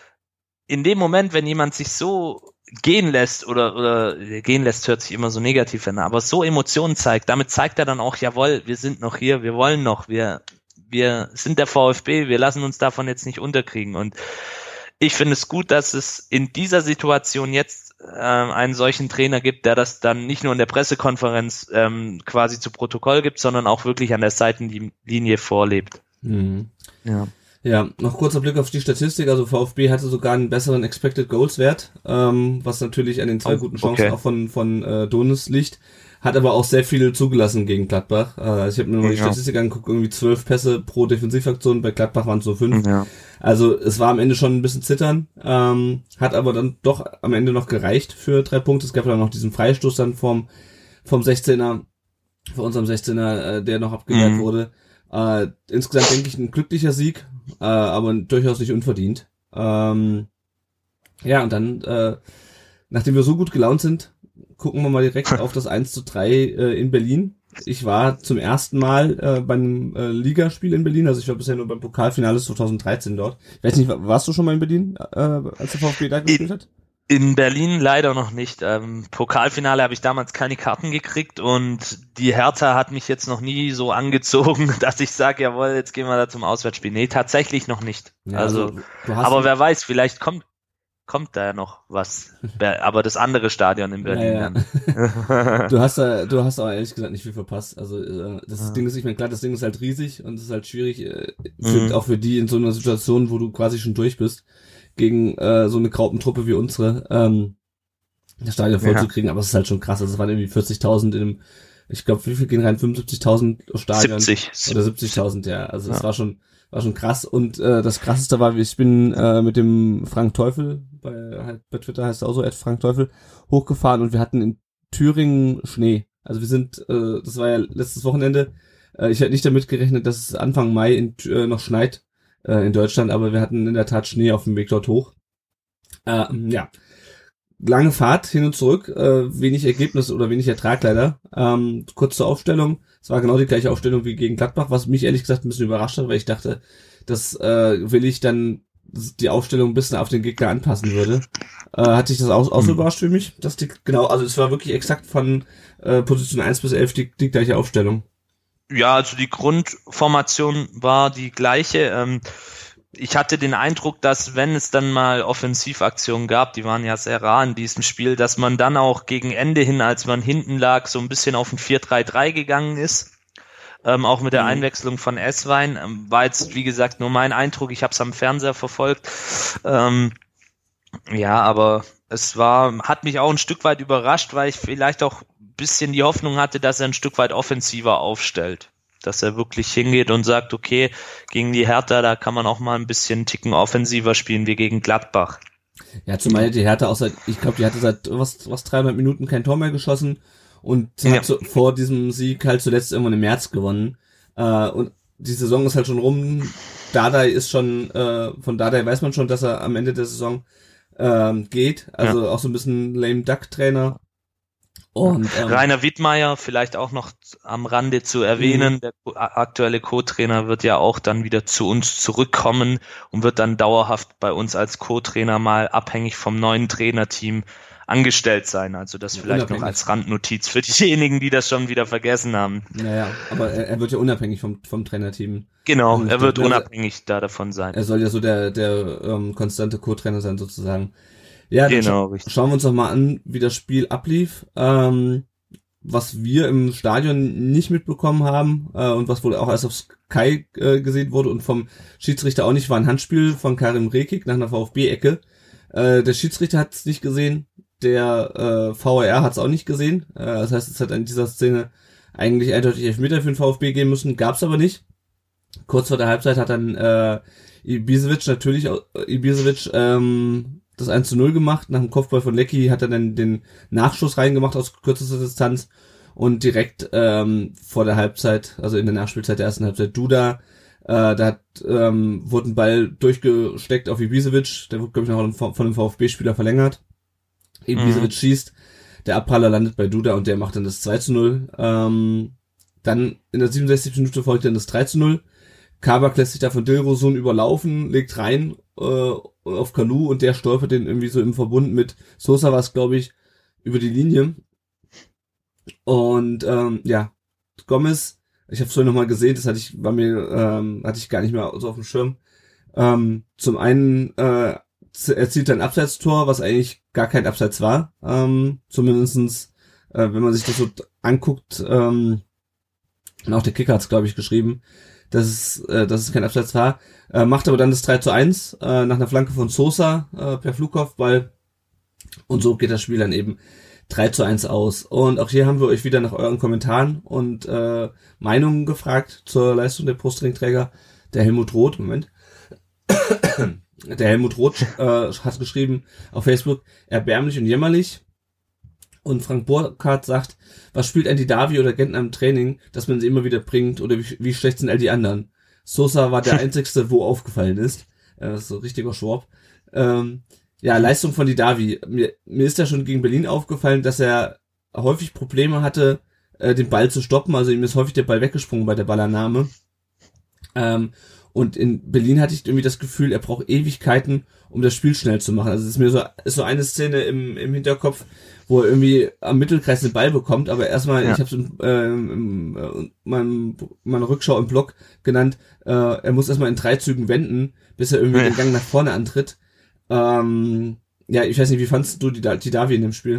in dem Moment, wenn jemand sich so gehen lässt oder oder gehen lässt, hört sich immer so negativ an, aber so Emotionen zeigt, damit zeigt er dann auch, jawohl, wir sind noch hier, wir wollen noch, wir wir sind der VfB, wir lassen uns davon jetzt nicht unterkriegen und ich finde es gut, dass es in dieser Situation jetzt äh, einen solchen Trainer gibt, der das dann nicht nur in der Pressekonferenz ähm, quasi zu Protokoll gibt, sondern auch wirklich an der Seitenlinie vorlebt. Mhm. Ja. Ja, noch kurzer Blick auf die Statistik, also VfB hatte sogar einen besseren Expected Goals Wert, ähm, was natürlich an den zwei oh, guten Chancen okay. auch von von äh, Donis liegt. Hat aber auch sehr viel zugelassen gegen Gladbach. Äh, ich habe mir mal die ja. Statistik angeguckt, irgendwie zwölf Pässe pro Defensivaktion, bei Gladbach waren es so fünf. Ja. Also es war am Ende schon ein bisschen zittern, ähm, hat aber dann doch am Ende noch gereicht für drei Punkte. Es gab dann noch diesen Freistoß dann vom vom sechzehner, für unserem sechzehner, äh, der noch abgewehrt mhm. wurde. Äh, insgesamt denke ich ein glücklicher Sieg, äh, aber durchaus nicht unverdient. Ähm, ja, und dann, äh, nachdem wir so gut gelaunt sind, gucken wir mal direkt auf das eins zu drei äh, in Berlin. Ich war zum ersten Mal äh, bei einem äh, Ligaspiel in Berlin, also ich war bisher nur beim Pokalfinale zwanzig dreizehn dort. Ich weiß nicht, warst du schon mal in Berlin, äh, als der VfB da gespielt hat? In Berlin leider noch nicht. Ähm, Pokalfinale habe ich damals keine Karten gekriegt und die Hertha hat mich jetzt noch nie so angezogen, dass ich sage, jawohl, jetzt gehen wir da zum Auswärtsspiel. Nee, tatsächlich noch nicht. Ja, also, also aber wer weiß, vielleicht kommt kommt da ja noch was. Aber das andere Stadion in Berlin ja, ja. dann. du hast da, du hast aber ehrlich gesagt nicht viel verpasst. Also äh, das ja. Ding ist, ich meine, klar, das Ding ist halt riesig und es ist halt schwierig, äh, für, mhm. auch für die in so einer Situation, wo du quasi schon durch bist, gegen äh, so eine Graupentruppe wie unsere, ähm, das Stadion vollzukriegen, ja. aber es ist halt schon krass. Also es waren irgendwie vierzigtausend in einem, ich glaube, wie viel gehen rein? fünfundsiebzigtausend Stadion? siebzig Oder siebzigtausend, ja. Also es ja. war schon war schon krass. Und äh, das Krasseste war, ich bin äh, mit dem Frank Teufel, bei, halt, bei Twitter heißt er auch so, Ed Frank Teufel, hochgefahren und wir hatten in Thüringen Schnee. Also wir sind, äh, das war ja letztes Wochenende, äh, ich hätte nicht damit gerechnet, dass es Anfang Mai in, äh, noch schneit äh, in Deutschland, aber wir hatten in der Tat Schnee auf dem Weg dort hoch. Äh, ja, lange Fahrt hin und zurück, äh, wenig Ergebnis oder wenig Ertrag leider. Ähm, kurz zur Aufstellung. Es war genau die gleiche Aufstellung wie gegen Gladbach, was mich ehrlich gesagt ein bisschen überrascht hat, weil ich dachte, dass äh, will ich dann die Aufstellung ein bisschen auf den Gegner anpassen würde. Äh, hat sich das auch, auch so überrascht für mich? Dass die, genau, also es war wirklich exakt von äh, Position eins bis elf die, die gleiche Aufstellung. Ja, also die Grundformation war die gleiche. Ähm, ich hatte den Eindruck, dass wenn es dann mal Offensivaktionen gab, die waren ja sehr rar in diesem Spiel, dass man dann auch gegen Ende hin, als man hinten lag, so ein bisschen auf ein vier drei drei gegangen ist. ähm, auch mit der Mhm. Einwechslung von Esswein. Ähm, war jetzt, wie gesagt, nur mein Eindruck, ich habe es am Fernseher verfolgt. Ähm, ja, aber es war, hat mich auch ein Stück weit überrascht, weil ich vielleicht auch ein bisschen die Hoffnung hatte, dass er ein Stück weit offensiver aufstellt. Dass er wirklich hingeht und sagt, okay, gegen die Hertha, da kann man auch mal ein bisschen einen Ticken offensiver spielen wie gegen Gladbach. Ja, zumal die Hertha auch seit, ich glaube, die hatte seit was, was dreihundert Minuten kein Tor mehr geschossen und Ja. hat so, vor diesem Sieg halt zuletzt irgendwann im März gewonnen. Äh, und die Saison ist halt schon rum. Dardai ist schon, äh, von Dardai weiß man schon, dass er am Ende der Saison ähm, geht. Also ja. Auch so ein bisschen lame Duck Trainer. Und, ähm, Rainer Wittmeier vielleicht auch noch am Rande zu erwähnen, mhm. der aktuelle Co-Trainer wird ja auch dann wieder zu uns zurückkommen und wird dann dauerhaft bei uns als Co-Trainer mal abhängig vom neuen Trainerteam angestellt sein. Also das ja, vielleicht noch als Randnotiz für diejenigen, die das schon wieder vergessen haben. Naja, aber er, er wird ja unabhängig vom, vom Trainerteam. Genau, er wird glaube, unabhängig da davon sein. Er soll ja so der, der ähm, konstante Co-Trainer sein sozusagen. Ja, dann genau, scha- richtig. schauen wir uns noch mal an, wie das Spiel ablief. Ähm, was wir im Stadion nicht mitbekommen haben äh, und was wohl auch erst auf Sky äh, gesehen wurde und vom Schiedsrichter auch nicht, war ein Handspiel von Karim Rekik nach einer VfB-Ecke. Äh, der Schiedsrichter hat es nicht gesehen, der äh, V A R hat es auch nicht gesehen. Äh, das heißt, es hat in dieser Szene eigentlich eindeutig Elfmeter für den VfB geben müssen, gab's aber nicht. Kurz vor der Halbzeit hat dann äh, Ibisevic natürlich, äh, Ibisevic ähm, das eins zu null gemacht. Nach dem Kopfball von Lecky hat er dann den Nachschuss reingemacht aus kürzester Distanz und direkt ähm, vor der Halbzeit, also in der Nachspielzeit der ersten Halbzeit, Duda, äh, da hat, ähm, wurde ein Ball durchgesteckt auf Ibisevic, der wurde, glaube ich, noch von einem VfB-Spieler verlängert. Ibisevic mhm. schießt, der Abpraller landet bei Duda und der macht dann das zwei zu null. Ähm, dann in der siebenundsechzigsten Minute folgt dann das drei zu null. Kabak lässt sich da von Dilrosun überlaufen, legt rein äh, auf Kalou und der stolpert den irgendwie so im Verbund mit Sosa, was glaube ich, über die Linie. Und ähm, ja, Gomez, ich habe es vorhin nochmal gesehen, das hatte ich, war mir, ähm, hatte ich gar nicht mehr so auf dem Schirm. Ähm, zum einen äh, erzielt er ein Abseitstor, was eigentlich gar kein Abseits war. Ähm, zumindestens, äh, wenn man sich das so anguckt, ähm, und auch der Kicker hat es, glaube ich, geschrieben, dass es, äh, dass es kein Abseits war. Äh, macht aber dann das drei zu eins äh, nach einer Flanke von Sosa äh, per Flugkopfball. Und so geht das Spiel dann eben drei zu eins aus. Und auch hier haben wir euch wieder nach euren Kommentaren und äh, Meinungen gefragt zur Leistung der Brustringträger. Der Helmut Roth, Moment. Der Helmut Roth äh, hat geschrieben auf Facebook, erbärmlich und jämmerlich. Und Frank Burkhardt sagt, was spielt Andy Davi oder Gentner im Training, dass man sie immer wieder bringt, oder wie, wie schlecht sind all die anderen? Sosa war der Einzigste, wo aufgefallen ist. Äh, das ist so ein richtiger Schwab. Ähm, ja, Leistung von die Davi. Mir, mir ist ja schon gegen Berlin aufgefallen, dass er häufig Probleme hatte, äh, den Ball zu stoppen. Also ihm ist häufig der Ball weggesprungen bei der Ballannahme. Ähm, und in Berlin hatte ich irgendwie das Gefühl, er braucht Ewigkeiten, um das Spiel schnell zu machen. Also es ist mir so, ist so eine Szene im, im Hinterkopf, wo er irgendwie am Mittelkreis den Ball bekommt, aber erstmal, ja. ich habe es in äh, im, äh, meinem, meiner Rückschau im Blog genannt, äh, er muss erstmal in drei Zügen wenden, bis er irgendwie ja. den Gang nach vorne antritt. Ähm, ja, ich weiß nicht, wie fandst du die, die Davi in dem Spiel?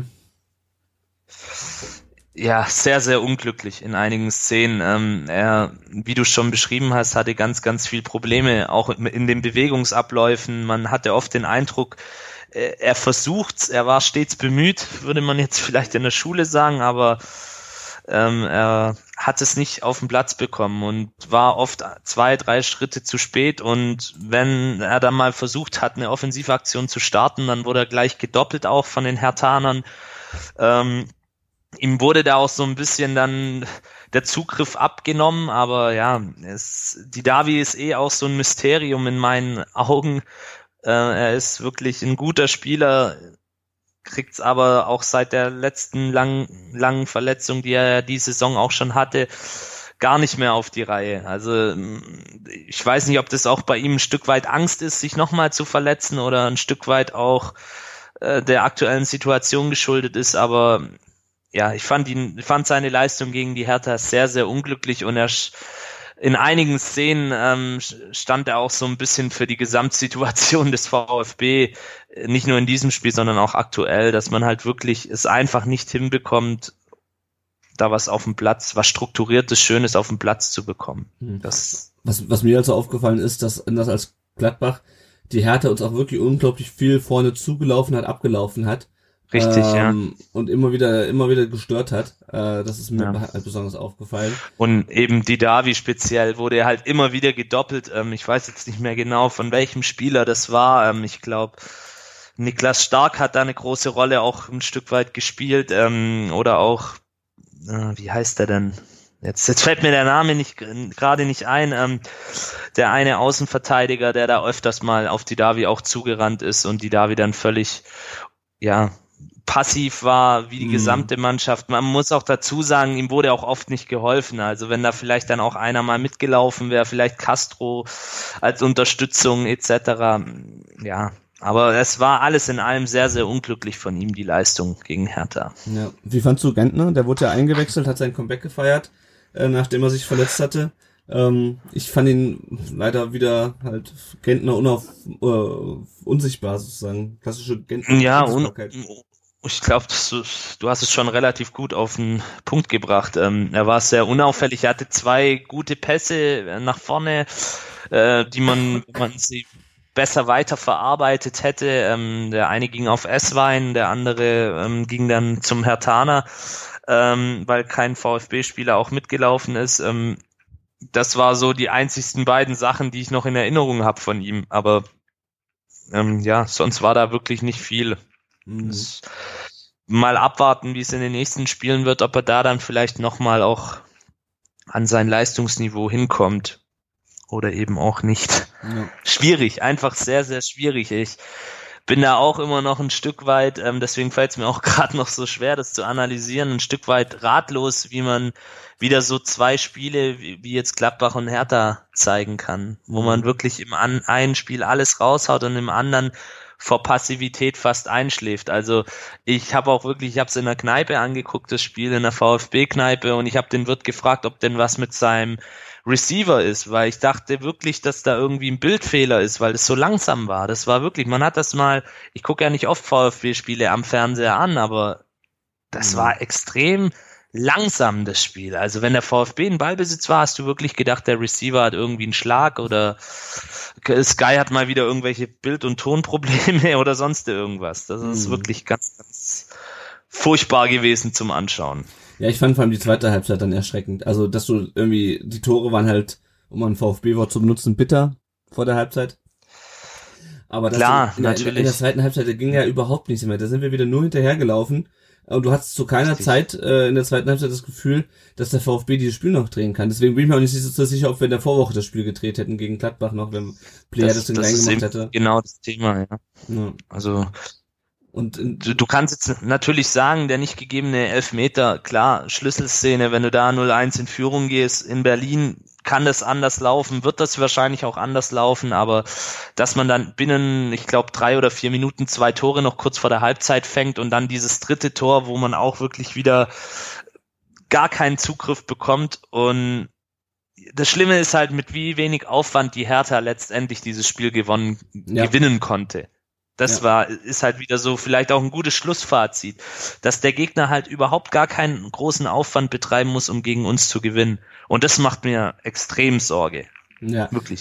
Ja, sehr, sehr unglücklich in einigen Szenen. Ähm, er, wie du schon beschrieben hast, hatte ganz, ganz viel Probleme, auch in den Bewegungsabläufen. Man hatte oft den Eindruck, er versucht's, er war stets bemüht, würde man jetzt vielleicht in der Schule sagen, aber ähm, er hat es nicht auf den Platz bekommen und war oft zwei, drei Schritte zu spät, und wenn er dann mal versucht hat, eine Offensivaktion zu starten, dann wurde er gleich gedoppelt auch von den Herthanern. Ähm, ihm wurde da auch so ein bisschen dann der Zugriff abgenommen, aber ja, es, die Davi ist eh auch so ein Mysterium in meinen Augen. Er ist wirklich ein guter Spieler, kriegt's aber auch seit der letzten langen, langen Verletzung, die er die Saison auch schon hatte, gar nicht mehr auf die Reihe. Also ich weiß nicht, ob das auch bei ihm ein Stück weit Angst ist, sich nochmal zu verletzen, oder ein Stück weit auch äh, der aktuellen Situation geschuldet ist, aber ja, ich fand ihn, ich fand seine Leistung gegen die Hertha sehr, sehr unglücklich, und er in einigen Szenen ähm, stand er auch so ein bisschen für die Gesamtsituation des VfB, nicht nur in diesem Spiel, sondern auch aktuell, dass man halt wirklich es einfach nicht hinbekommt, da was auf dem Platz, was Strukturiertes, Schönes auf dem Platz zu bekommen. Das was, was mir also aufgefallen ist, dass anders als Gladbach die Hertha uns auch wirklich unglaublich viel vorne zugelaufen hat, abgelaufen hat. Richtig, ähm, ja. Und immer wieder, immer wieder gestört hat. Äh, das ist mir Ja. halt besonders aufgefallen. Und eben die Davi speziell wurde halt immer wieder gedoppelt. Ähm, ich weiß jetzt nicht mehr genau, von welchem Spieler das war. Ähm, ich glaube, Niklas Stark hat da eine große Rolle auch ein Stück weit gespielt. Ähm, oder auch, äh, wie heißt der denn? Jetzt, jetzt fällt mir der Name nicht gerade nicht ein. Ähm, der eine Außenverteidiger, der da öfters mal auf die Davi auch zugerannt ist und die Davi dann völlig, ja, passiv war, wie die Mhm. gesamte Mannschaft. Man muss auch dazu sagen, ihm wurde auch oft nicht geholfen. Also wenn da vielleicht dann auch einer mal mitgelaufen wäre, vielleicht Castro als Unterstützung et cetera. Ja, aber es war alles in allem sehr, sehr unglücklich von ihm, die Leistung gegen Hertha. Ja. Wie fandst du Gentner? Der wurde ja eingewechselt, hat sein Comeback gefeiert, äh, nachdem er sich verletzt hatte. Ähm, ich fand ihn leider wieder halt Gentner unauf, äh, unsichtbar sozusagen. Klassische Gentner Ja, und Unsichtbarkeit. ich glaube, du hast es schon relativ gut auf den Punkt gebracht. Ähm, er war sehr unauffällig. Er hatte zwei gute Pässe nach vorne, äh, die man, man sie besser weiter verarbeitet hätte. Ähm, der eine ging auf Esswein, der andere ähm, ging dann zum Herthaner, ähm, weil kein VfB-Spieler auch mitgelaufen ist. Ähm, das war so die einzigsten beiden Sachen, die ich noch in Erinnerung habe von ihm. Aber ähm, ja, sonst war da wirklich nicht viel. Mhm. Das, mal abwarten, wie es in den nächsten Spielen wird, ob er da dann vielleicht nochmal auch an sein Leistungsniveau hinkommt oder eben auch nicht. Ja. Schwierig, einfach sehr, sehr schwierig. Ich bin da auch immer noch ein Stück weit, ähm, deswegen fällt es mir auch gerade noch so schwer, das zu analysieren, ein Stück weit ratlos, wie man wieder so zwei Spiele wie, wie jetzt Gladbach und Hertha zeigen kann, wo man wirklich im an, einen Spiel alles raushaut und im anderen vor Passivität fast einschläft. Also ich habe auch wirklich, ich habe es in der Kneipe angeguckt, das Spiel in der VfB-Kneipe, und ich habe den Wirt gefragt, ob denn was mit seinem Receiver ist, weil ich dachte wirklich, dass da irgendwie ein Bildfehler ist, weil es so langsam war. Das war wirklich, man hat das mal, ich gucke ja nicht oft VfB-Spiele am Fernseher an, aber das Mhm. war extrem langsam, das Spiel. Also wenn der VfB in Ballbesitz war, hast du wirklich gedacht, der Receiver hat irgendwie einen Schlag oder Sky hat mal wieder irgendwelche Bild- und Tonprobleme oder sonst irgendwas. Das ist Mhm. wirklich ganz, ganz furchtbar gewesen zum Anschauen. Ja, ich fand vor allem die zweite Halbzeit dann erschreckend. Also, dass du irgendwie, die Tore waren halt, um ein VfB-Wort zu benutzen, bitter vor der Halbzeit. Aber das Klar, in, der, natürlich. in der zweiten Halbzeit, da ging ja überhaupt nichts mehr. Da sind wir wieder nur hinterhergelaufen. Und du hattest zu keiner Richtig. Zeit äh, in der zweiten Halbzeit das Gefühl, dass der VfB dieses Spiel noch drehen kann. Deswegen bin ich mir auch nicht so sicher, ob wir in der Vorwoche das Spiel gedreht hätten gegen Gladbach noch, wenn Player das, Das, Ding das ist reingemacht eben hätte. genau das Thema, ja. Ja. Also Und in, du, du kannst jetzt natürlich sagen, der nicht gegebene Elfmeter, klar, Schlüsselszene, wenn du da null eins in Führung gehst, in Berlin kann das anders laufen, wird das wahrscheinlich auch anders laufen, aber dass man dann binnen, ich glaube, drei oder vier Minuten zwei Tore noch kurz vor der Halbzeit fängt und dann dieses dritte Tor, wo man auch wirklich wieder gar keinen Zugriff bekommt, und das Schlimme ist halt, mit wie wenig Aufwand die Hertha letztendlich dieses Spiel gewonnen, Ja. gewinnen konnte. Das Ja. war, ist halt wieder so vielleicht auch ein gutes Schlussfazit, dass der Gegner halt überhaupt gar keinen großen Aufwand betreiben muss, um gegen uns zu gewinnen. Und das macht mir extrem Sorge. ja. Wirklich.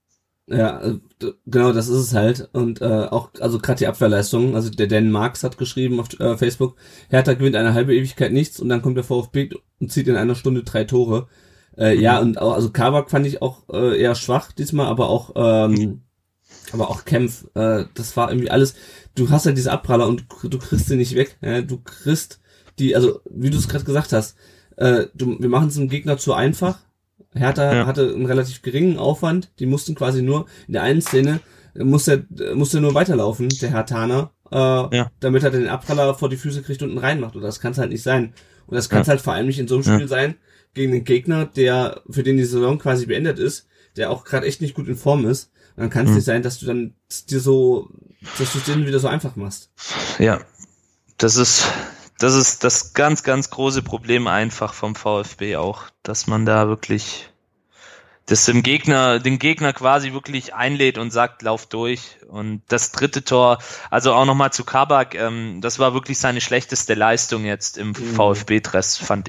Ja, äh, d- genau, das ist es halt. Und äh, auch, also gerade die Abwehrleistung, also der Dan Marx hat geschrieben auf äh, Facebook, Hertha gewinnt eine halbe Ewigkeit nichts und dann kommt der VfB und zieht in einer Stunde drei Tore. Äh, Mhm. Ja, und auch, also Kabak fand ich auch äh, eher schwach diesmal, aber auch ähm, aber auch Kempf, äh, das war irgendwie alles, du hast ja diese Abpraller und du, du kriegst sie nicht weg. Ja? Du kriegst die, also wie du es gerade gesagt hast, äh, du, wir machen es dem Gegner zu einfach. Hertha Ja. hatte einen relativ geringen Aufwand, die mussten quasi nur, in der einen Szene äh, musste er musste nur weiterlaufen, der Herthaner, äh, Ja. damit er den Abpraller vor die Füße kriegt und ihn reinmacht. Und das kann es halt nicht sein. Und das kann es Ja. halt vor allem nicht in so einem Spiel Ja. sein, gegen den Gegner, der, für den die Saison quasi beendet ist, der auch gerade echt nicht gut in Form ist. Und dann kann es Mhm. nicht sein, dass du dann dir so, dass du es denen wieder so einfach machst. Ja, das ist, das ist das ganz, ganz große Problem einfach vom VfB auch, dass man da wirklich das dem Gegner, den Gegner quasi wirklich einlädt und sagt, lauf durch. Und das dritte Tor, also auch nochmal zu Kabak, ähm, das war wirklich seine schlechteste Leistung jetzt im Mhm. VfB-Dress, fand ich.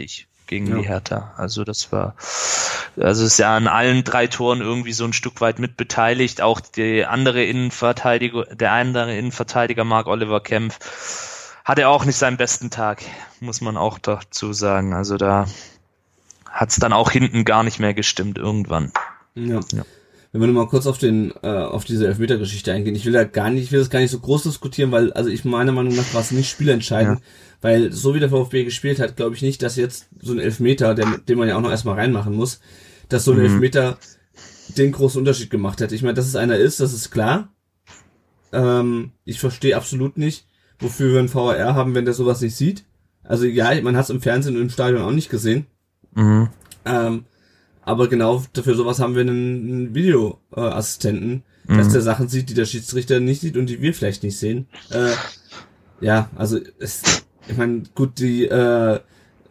gegen Ja. die Hertha. Also das war, also ist ja an allen drei Toren irgendwie so ein Stück weit mit beteiligt. Auch die andere Innenverteidiger, der andere Innenverteidiger Marc-Oliver Kempf hatte auch nicht seinen besten Tag, muss man auch dazu sagen. Also da hat's dann auch hinten gar nicht mehr gestimmt irgendwann. Ja. Ja. Wenn wir nur mal kurz auf den äh, auf diese Elfmeter-Geschichte eingehen, ich will da gar nicht, ich will das gar nicht so groß diskutieren, weil also ich meiner Meinung nach war es nicht spielentscheidend, ja. Weil so wie der VfB gespielt hat, glaube ich nicht, dass jetzt so ein Elfmeter, der, den man ja auch noch erstmal reinmachen muss, dass so ein mhm. Elfmeter den großen Unterschied gemacht hätte. Ich meine, dass es einer ist, das ist klar. Ähm, ich verstehe absolut nicht, wofür wir einen V A R haben, wenn der sowas nicht sieht. Also ja, man hat es im Fernsehen und im Stadion auch nicht gesehen. Mhm. Ähm, aber genau dafür sowas haben wir einen, einen Videoassistenten, äh, mhm. dass der Sachen sieht, die der Schiedsrichter nicht sieht und die wir vielleicht nicht sehen. Äh, ja, also es, ich meine, gut, die äh,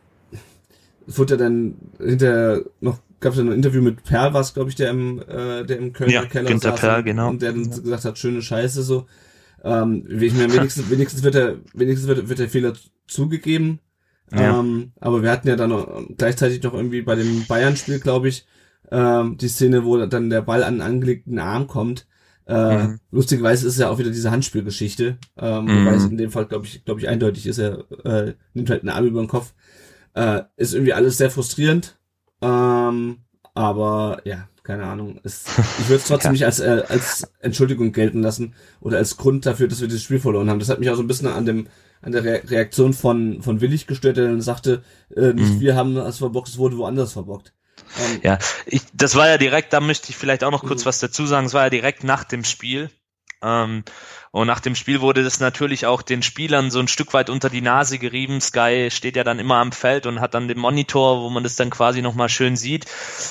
es wurde ja dann hinterher noch, gab es ja noch ein Interview mit Perl, was glaube ich, der im äh, der im Kölner ja, Keller Günther saß Perl, genau. Und der dann gesagt hat, schöne Scheiße so. Ähm, ich meine, wenigstens, wenigstens wird der wenigstens wird, wird der Fehler zugegeben. Ja. Ähm, aber wir hatten ja dann noch, gleichzeitig noch irgendwie bei dem Bayern-Spiel, glaube ich, ähm, die Szene, wo dann der Ball an einen angelegten Arm kommt. Äh, mhm. Lustigerweise ist es ja auch wieder diese Handspielgeschichte, ähm, mhm. wobei es in dem Fall, glaube ich, glaube ich, eindeutig ist, er äh, nimmt halt einen Arm über den Kopf. Äh, ist irgendwie alles sehr frustrierend. Ähm, aber ja, keine Ahnung. Es, ich würde es trotzdem ja. nicht als äh, als Entschuldigung gelten lassen oder als Grund dafür, dass wir das Spiel verloren haben. Das hat mich auch so ein bisschen an dem an der Re- Reaktion von von Willig gestört, der dann sagte, äh, nicht mhm. wir haben das verbockt, es wurde woanders verbockt. Ähm, ja, ich, das war ja direkt, da möchte ich vielleicht auch noch kurz mhm. was dazu sagen, es war ja direkt nach dem Spiel. Ähm, und nach dem Spiel wurde das natürlich auch den Spielern so ein Stück weit unter die Nase gerieben. Sky steht ja dann immer am Feld und hat dann den Monitor, wo man das dann quasi nochmal schön sieht.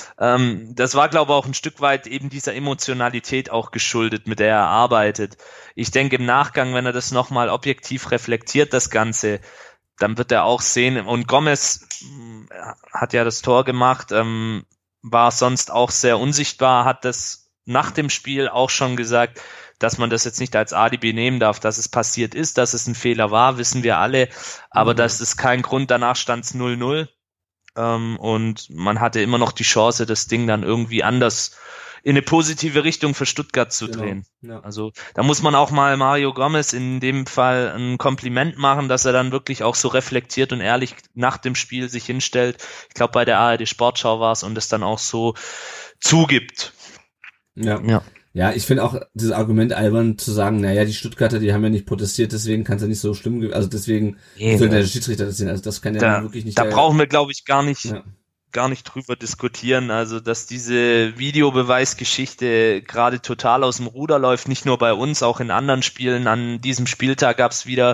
Ähm, das war, glaube ich, auch ein Stück weit eben dieser Emotionalität auch geschuldet, mit der er arbeitet. Ich denke im Nachgang, wenn er das nochmal objektiv reflektiert, das Ganze, dann wird er auch sehen, und Gomez hat ja das Tor gemacht, ähm, war sonst auch sehr unsichtbar, hat das nach dem Spiel auch schon gesagt, dass man das jetzt nicht als Alibi nehmen darf, dass es passiert ist, dass es ein Fehler war, wissen wir alle, aber mhm. das ist kein Grund, danach stand es null null ähm, und man hatte immer noch die Chance, das Ding dann irgendwie anders in eine positive Richtung für Stuttgart zu genau. drehen. Ja. Also da muss man auch mal Mario Gomez in dem Fall ein Kompliment machen, dass er dann wirklich auch so reflektiert und ehrlich nach dem Spiel sich hinstellt. Ich glaube, bei der A R D Sportschau war es und es dann auch so zugibt. Ja, ja. Ja, ich finde auch dieses Argument albern zu sagen, naja, die Stuttgarter, die haben ja nicht protestiert, deswegen kann es ja nicht so schlimm gewesen, also deswegen ja. soll der Schiedsrichter das sehen, also das kann ja da, wirklich nicht. Da brauchen wir, glaube ich, gar nicht, ja. gar nicht drüber diskutieren, also dass diese Videobeweisgeschichte gerade total aus dem Ruder läuft, nicht nur bei uns, auch in anderen Spielen. An diesem Spieltag gab es wieder,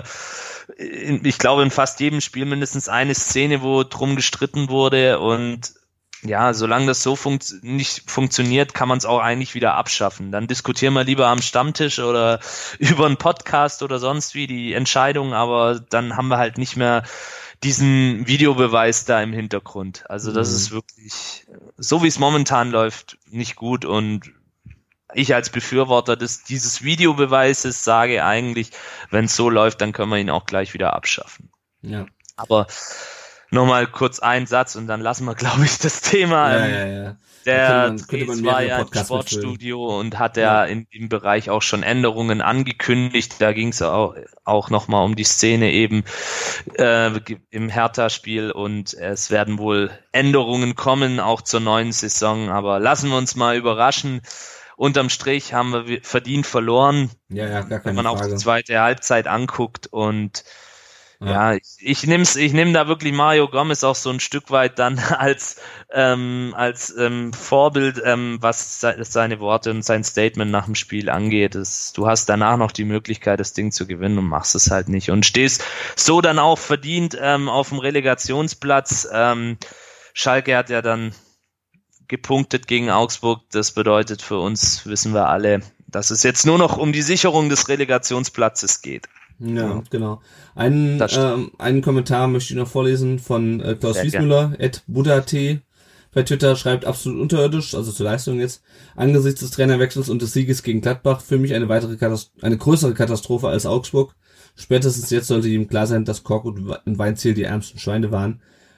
ich glaube in fast jedem Spiel mindestens eine Szene, wo drum gestritten wurde, und ja, solange das so funkt- nicht funktioniert, kann man es auch eigentlich wieder abschaffen. Dann diskutieren wir lieber am Stammtisch oder über einen Podcast oder sonst wie die Entscheidung, aber dann haben wir halt nicht mehr diesen Videobeweis da im Hintergrund. Also das mhm. ist wirklich, so wie es momentan läuft, nicht gut, und ich als Befürworter des dieses Videobeweises sage eigentlich, wenn es so läuft, dann können wir ihn auch gleich wieder abschaffen. Ja. Aber nochmal kurz einen Satz und dann lassen wir, glaube ich, das Thema. Ja, ja, ja. Der man, Dres war ja im Sportstudio und hat ja in dem Bereich auch schon Änderungen angekündigt. Da ging es auch, auch nochmal um die Szene eben äh, im Hertha-Spiel, und es werden wohl Änderungen kommen, auch zur neuen Saison. Aber lassen wir uns mal überraschen. Unterm Strich haben wir verdient verloren, ja, ja, gar keine wenn man Frage. auch die zweite Halbzeit anguckt, und Ja, ja ich, ich nehm's, ich nehme da wirklich Mario Gomez auch so ein Stück weit dann als ähm, als ähm, Vorbild, ähm, was se- seine Worte und sein Statement nach dem Spiel angeht. Das, du hast danach noch die Möglichkeit, das Ding zu gewinnen, und machst es halt nicht und stehst so dann auch verdient ähm, auf dem Relegationsplatz. Ähm, Schalke hat ja dann gepunktet gegen Augsburg. Das bedeutet für uns, wissen wir alle, dass es jetzt nur noch um die Sicherung des Relegationsplatzes geht. Ja, genau. Einen, ähm, einen Kommentar möchte ich noch vorlesen von äh, Klaus Sehr Wiesmüller, at buddha.t. Bei Twitter schreibt absolut unterirdisch, also zur Leistung jetzt, angesichts des Trainerwechsels und des Sieges gegen Gladbach für mich eine weitere Katast- eine größere Katastrophe als Augsburg. Spätestens jetzt sollte ihm klar sein, dass Kork und Weinziel die ärmsten Schweine waren.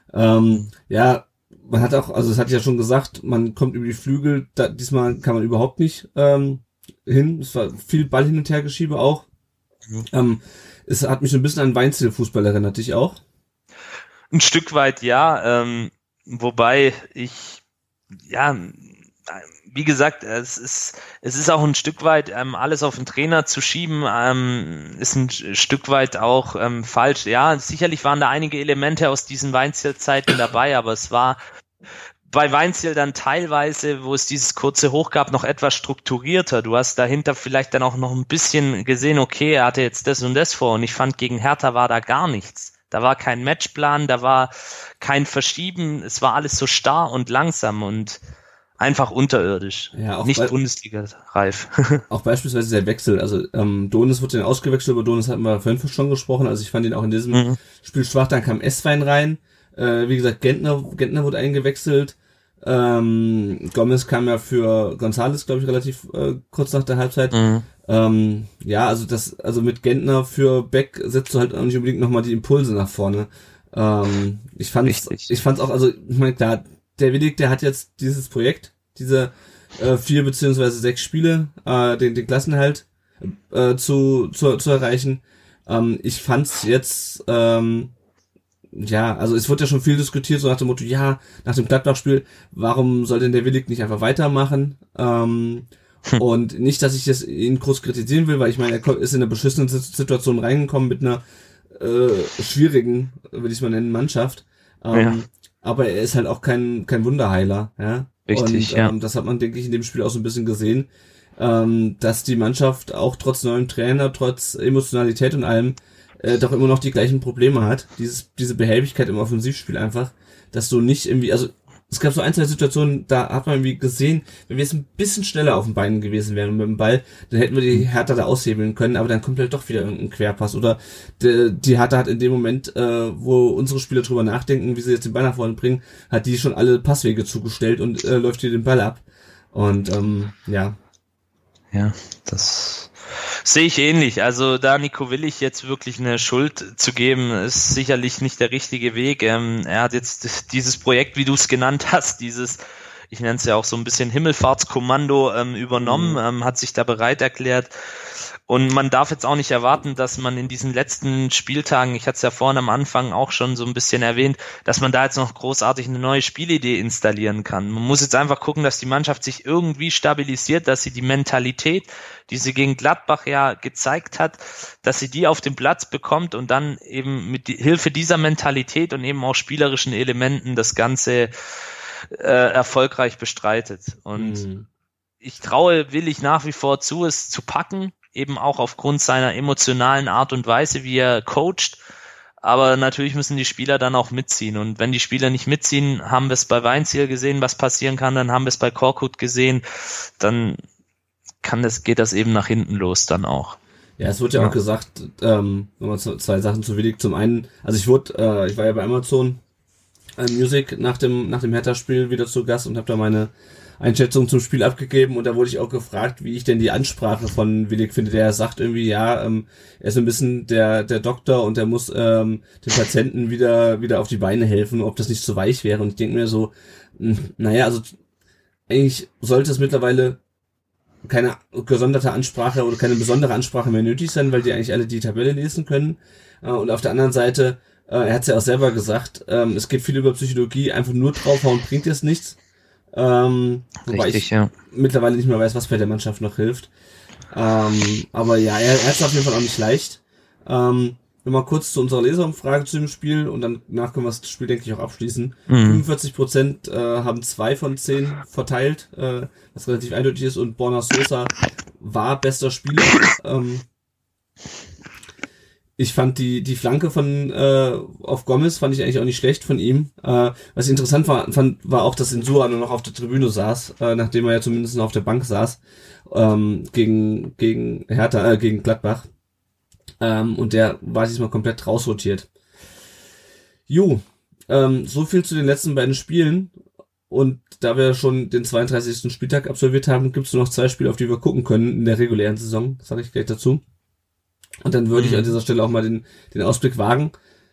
Ähm, ja, man hat auch, also es hat ja schon gesagt, man kommt über die Flügel, da, diesmal kann man überhaupt nicht ähm, hin. Es war viel Ball hin und her Geschiebe auch. Mhm. Ähm, es hat mich so ein bisschen an Weinziel-Fußball erinnert, dich auch? Ein Stück weit ja, ähm, wobei ich, ja, wie gesagt, es ist es ist auch ein Stück weit, ähm, alles auf den Trainer zu schieben, ähm, ist ein Stück weit auch ähm, falsch. Ja, sicherlich waren da einige Elemente aus diesen Weinziel-Zeiten dabei, aber es war bei Weinziel dann teilweise, wo es dieses kurze Hoch gab, noch etwas strukturierter. Du hast dahinter vielleicht dann auch noch ein bisschen gesehen, okay, er hatte jetzt das und das vor, und ich fand, gegen Hertha war da gar nichts. Da war kein Matchplan, da war kein Verschieben, es war alles so starr und langsam und einfach unterirdisch, ja, auch nicht bei, Bundesliga-reif. Auch beispielsweise der Wechsel, also ähm, Donis wurde dann ausgewechselt, über Donis hatten wir vorhin schon gesprochen, also ich fand ihn auch in diesem mhm. Spiel schwach, dann kam Esswein rein, äh, wie gesagt, Gentner, Gentner wurde eingewechselt, ähm, Gomez kam ja für González, glaube ich, relativ äh, kurz nach der Halbzeit. Mhm. Ähm, ja, also das, also mit Gentner für Beck setzt du halt auch nicht unbedingt nochmal die Impulse nach vorne. Ähm, ich fand's, Richtig. ich fand's auch, also ich meine, klar, der Willig, der hat jetzt dieses Projekt, diese äh, vier beziehungsweise sechs Spiele, äh, den, den Klassenerhalt äh, zu, zu, zu erreichen. Ähm, ich fand's jetzt, ähm, ja, also es wird ja schon viel diskutiert, so nach dem Motto, ja, nach dem Gladbach-Spiel, warum soll denn der Willig nicht einfach weitermachen? Ähm, hm. Und nicht, dass ich jetzt ihn groß kritisieren will, weil ich meine, er ist in eine beschissene Situation reingekommen mit einer äh, schwierigen, würde ich es mal nennen, Mannschaft. Ähm, ja. Aber er ist halt auch kein kein Wunderheiler, ja. Richtig, und, ja. Ähm, das hat man, denke ich, in dem Spiel auch so ein bisschen gesehen, ähm, dass die Mannschaft auch trotz neuem Trainer, trotz Emotionalität und allem, äh, doch immer noch die gleichen Probleme hat. Dieses diese Behäbigkeit im Offensivspiel einfach, dass du nicht irgendwie, also es gab so ein, zwei Situationen, da hat man irgendwie gesehen, wenn wir jetzt ein bisschen schneller auf den Beinen gewesen wären mit dem Ball, dann hätten wir die Hertha da aushebeln können, aber dann kommt halt doch wieder irgendein Querpass. Oder die, die Hertha hat in dem Moment, äh, wo unsere Spieler drüber nachdenken, wie sie jetzt den Ball nach vorne bringen, hat die schon alle Passwege zugestellt und äh, läuft hier den Ball ab. Und ähm, ja. Ja, das sehe ich ähnlich. Also da Nico Willig jetzt wirklich eine Schuld zu geben, ist sicherlich nicht der richtige Weg. Ähm, er hat jetzt dieses Projekt, wie du es genannt hast, dieses, ich nenne es ja auch so ein bisschen Himmelfahrtskommando ähm, übernommen, mhm. ähm, hat sich da bereit erklärt. Und man darf jetzt auch nicht erwarten, dass man in diesen letzten Spieltagen, ich hatte es ja vorhin am Anfang auch schon so ein bisschen erwähnt, dass man da jetzt noch großartig eine neue Spielidee installieren kann. Man muss jetzt einfach gucken, dass die Mannschaft sich irgendwie stabilisiert, dass sie die Mentalität, die sie gegen Gladbach ja gezeigt hat, dass sie die auf den Platz bekommt und dann eben mit Hilfe dieser Mentalität und eben auch spielerischen Elementen das Ganze äh, erfolgreich bestreitet. Und mhm. ich traue Willig nach wie vor zu, es zu packen, eben auch aufgrund seiner emotionalen Art und Weise, wie er coacht. Aber natürlich müssen die Spieler dann auch mitziehen. Und wenn die Spieler nicht mitziehen, haben wir es bei Weinziel gesehen, was passieren kann, dann haben wir es bei Korkut gesehen, dann kann das, geht das eben nach hinten los dann auch. Ja, es wurde ja, ja auch gesagt, ähm, nochmal zwei Sachen zu Willig. Zum einen, also ich wurde, äh, ich war ja bei Amazon äh, Music nach dem, nach dem Hertha-Spiel wieder zu Gast und habe da meine Einschätzung zum Spiel abgegeben, und da wurde ich auch gefragt, wie ich denn die Ansprache von Willig finde. Der sagt irgendwie, ja, ähm, er ist ein bisschen der der Doktor und er muss ähm, den Patienten wieder wieder auf die Beine helfen, ob das nicht zu weich wäre. Und ich denke mir so, mh, naja, also eigentlich sollte es mittlerweile keine gesonderte Ansprache oder keine besondere Ansprache mehr nötig sein, weil die eigentlich alle die Tabelle lesen können. Äh, und auf der anderen Seite, äh, er hat es ja auch selber gesagt, ähm, es geht viel über Psychologie, einfach nur draufhauen bringt jetzt nichts. Ähm, wobei Richtig, ich ja. mittlerweile nicht mehr weiß, was bei der Mannschaft noch hilft. Ähm, aber ja, er, er ist auf jeden Fall auch nicht leicht. Ähm, Nochmal kurz zu unserer Leserumfrage zu dem Spiel und danach können wir das Spiel, denke ich, auch abschließen. Mhm. fünfundvierzig Prozent äh, haben zwei von zehn verteilt, äh, was relativ eindeutig ist, und Borna Sosa war bester Spieler. Ähm, Ich fand die die Flanke von äh, auf Gomez fand ich eigentlich auch nicht schlecht von ihm. Äh, was interessant war, fand, war auch, dass Insua nur noch auf der Tribüne saß, äh, nachdem er ja zumindest noch auf der Bank saß, ähm, gegen gegen Hertha, äh, gegen Gladbach. Ähm, und der war diesmal komplett rausrotiert. Jo, ähm, so viel zu den letzten beiden Spielen. Und da wir schon den zweiunddreißigsten Spieltag absolviert haben, gibt es nur noch zwei Spiele, auf die wir gucken können in der regulären Saison. Das sage ich gleich dazu. Und dann würde ich an dieser Stelle auch mal den, den Ausblick wagen.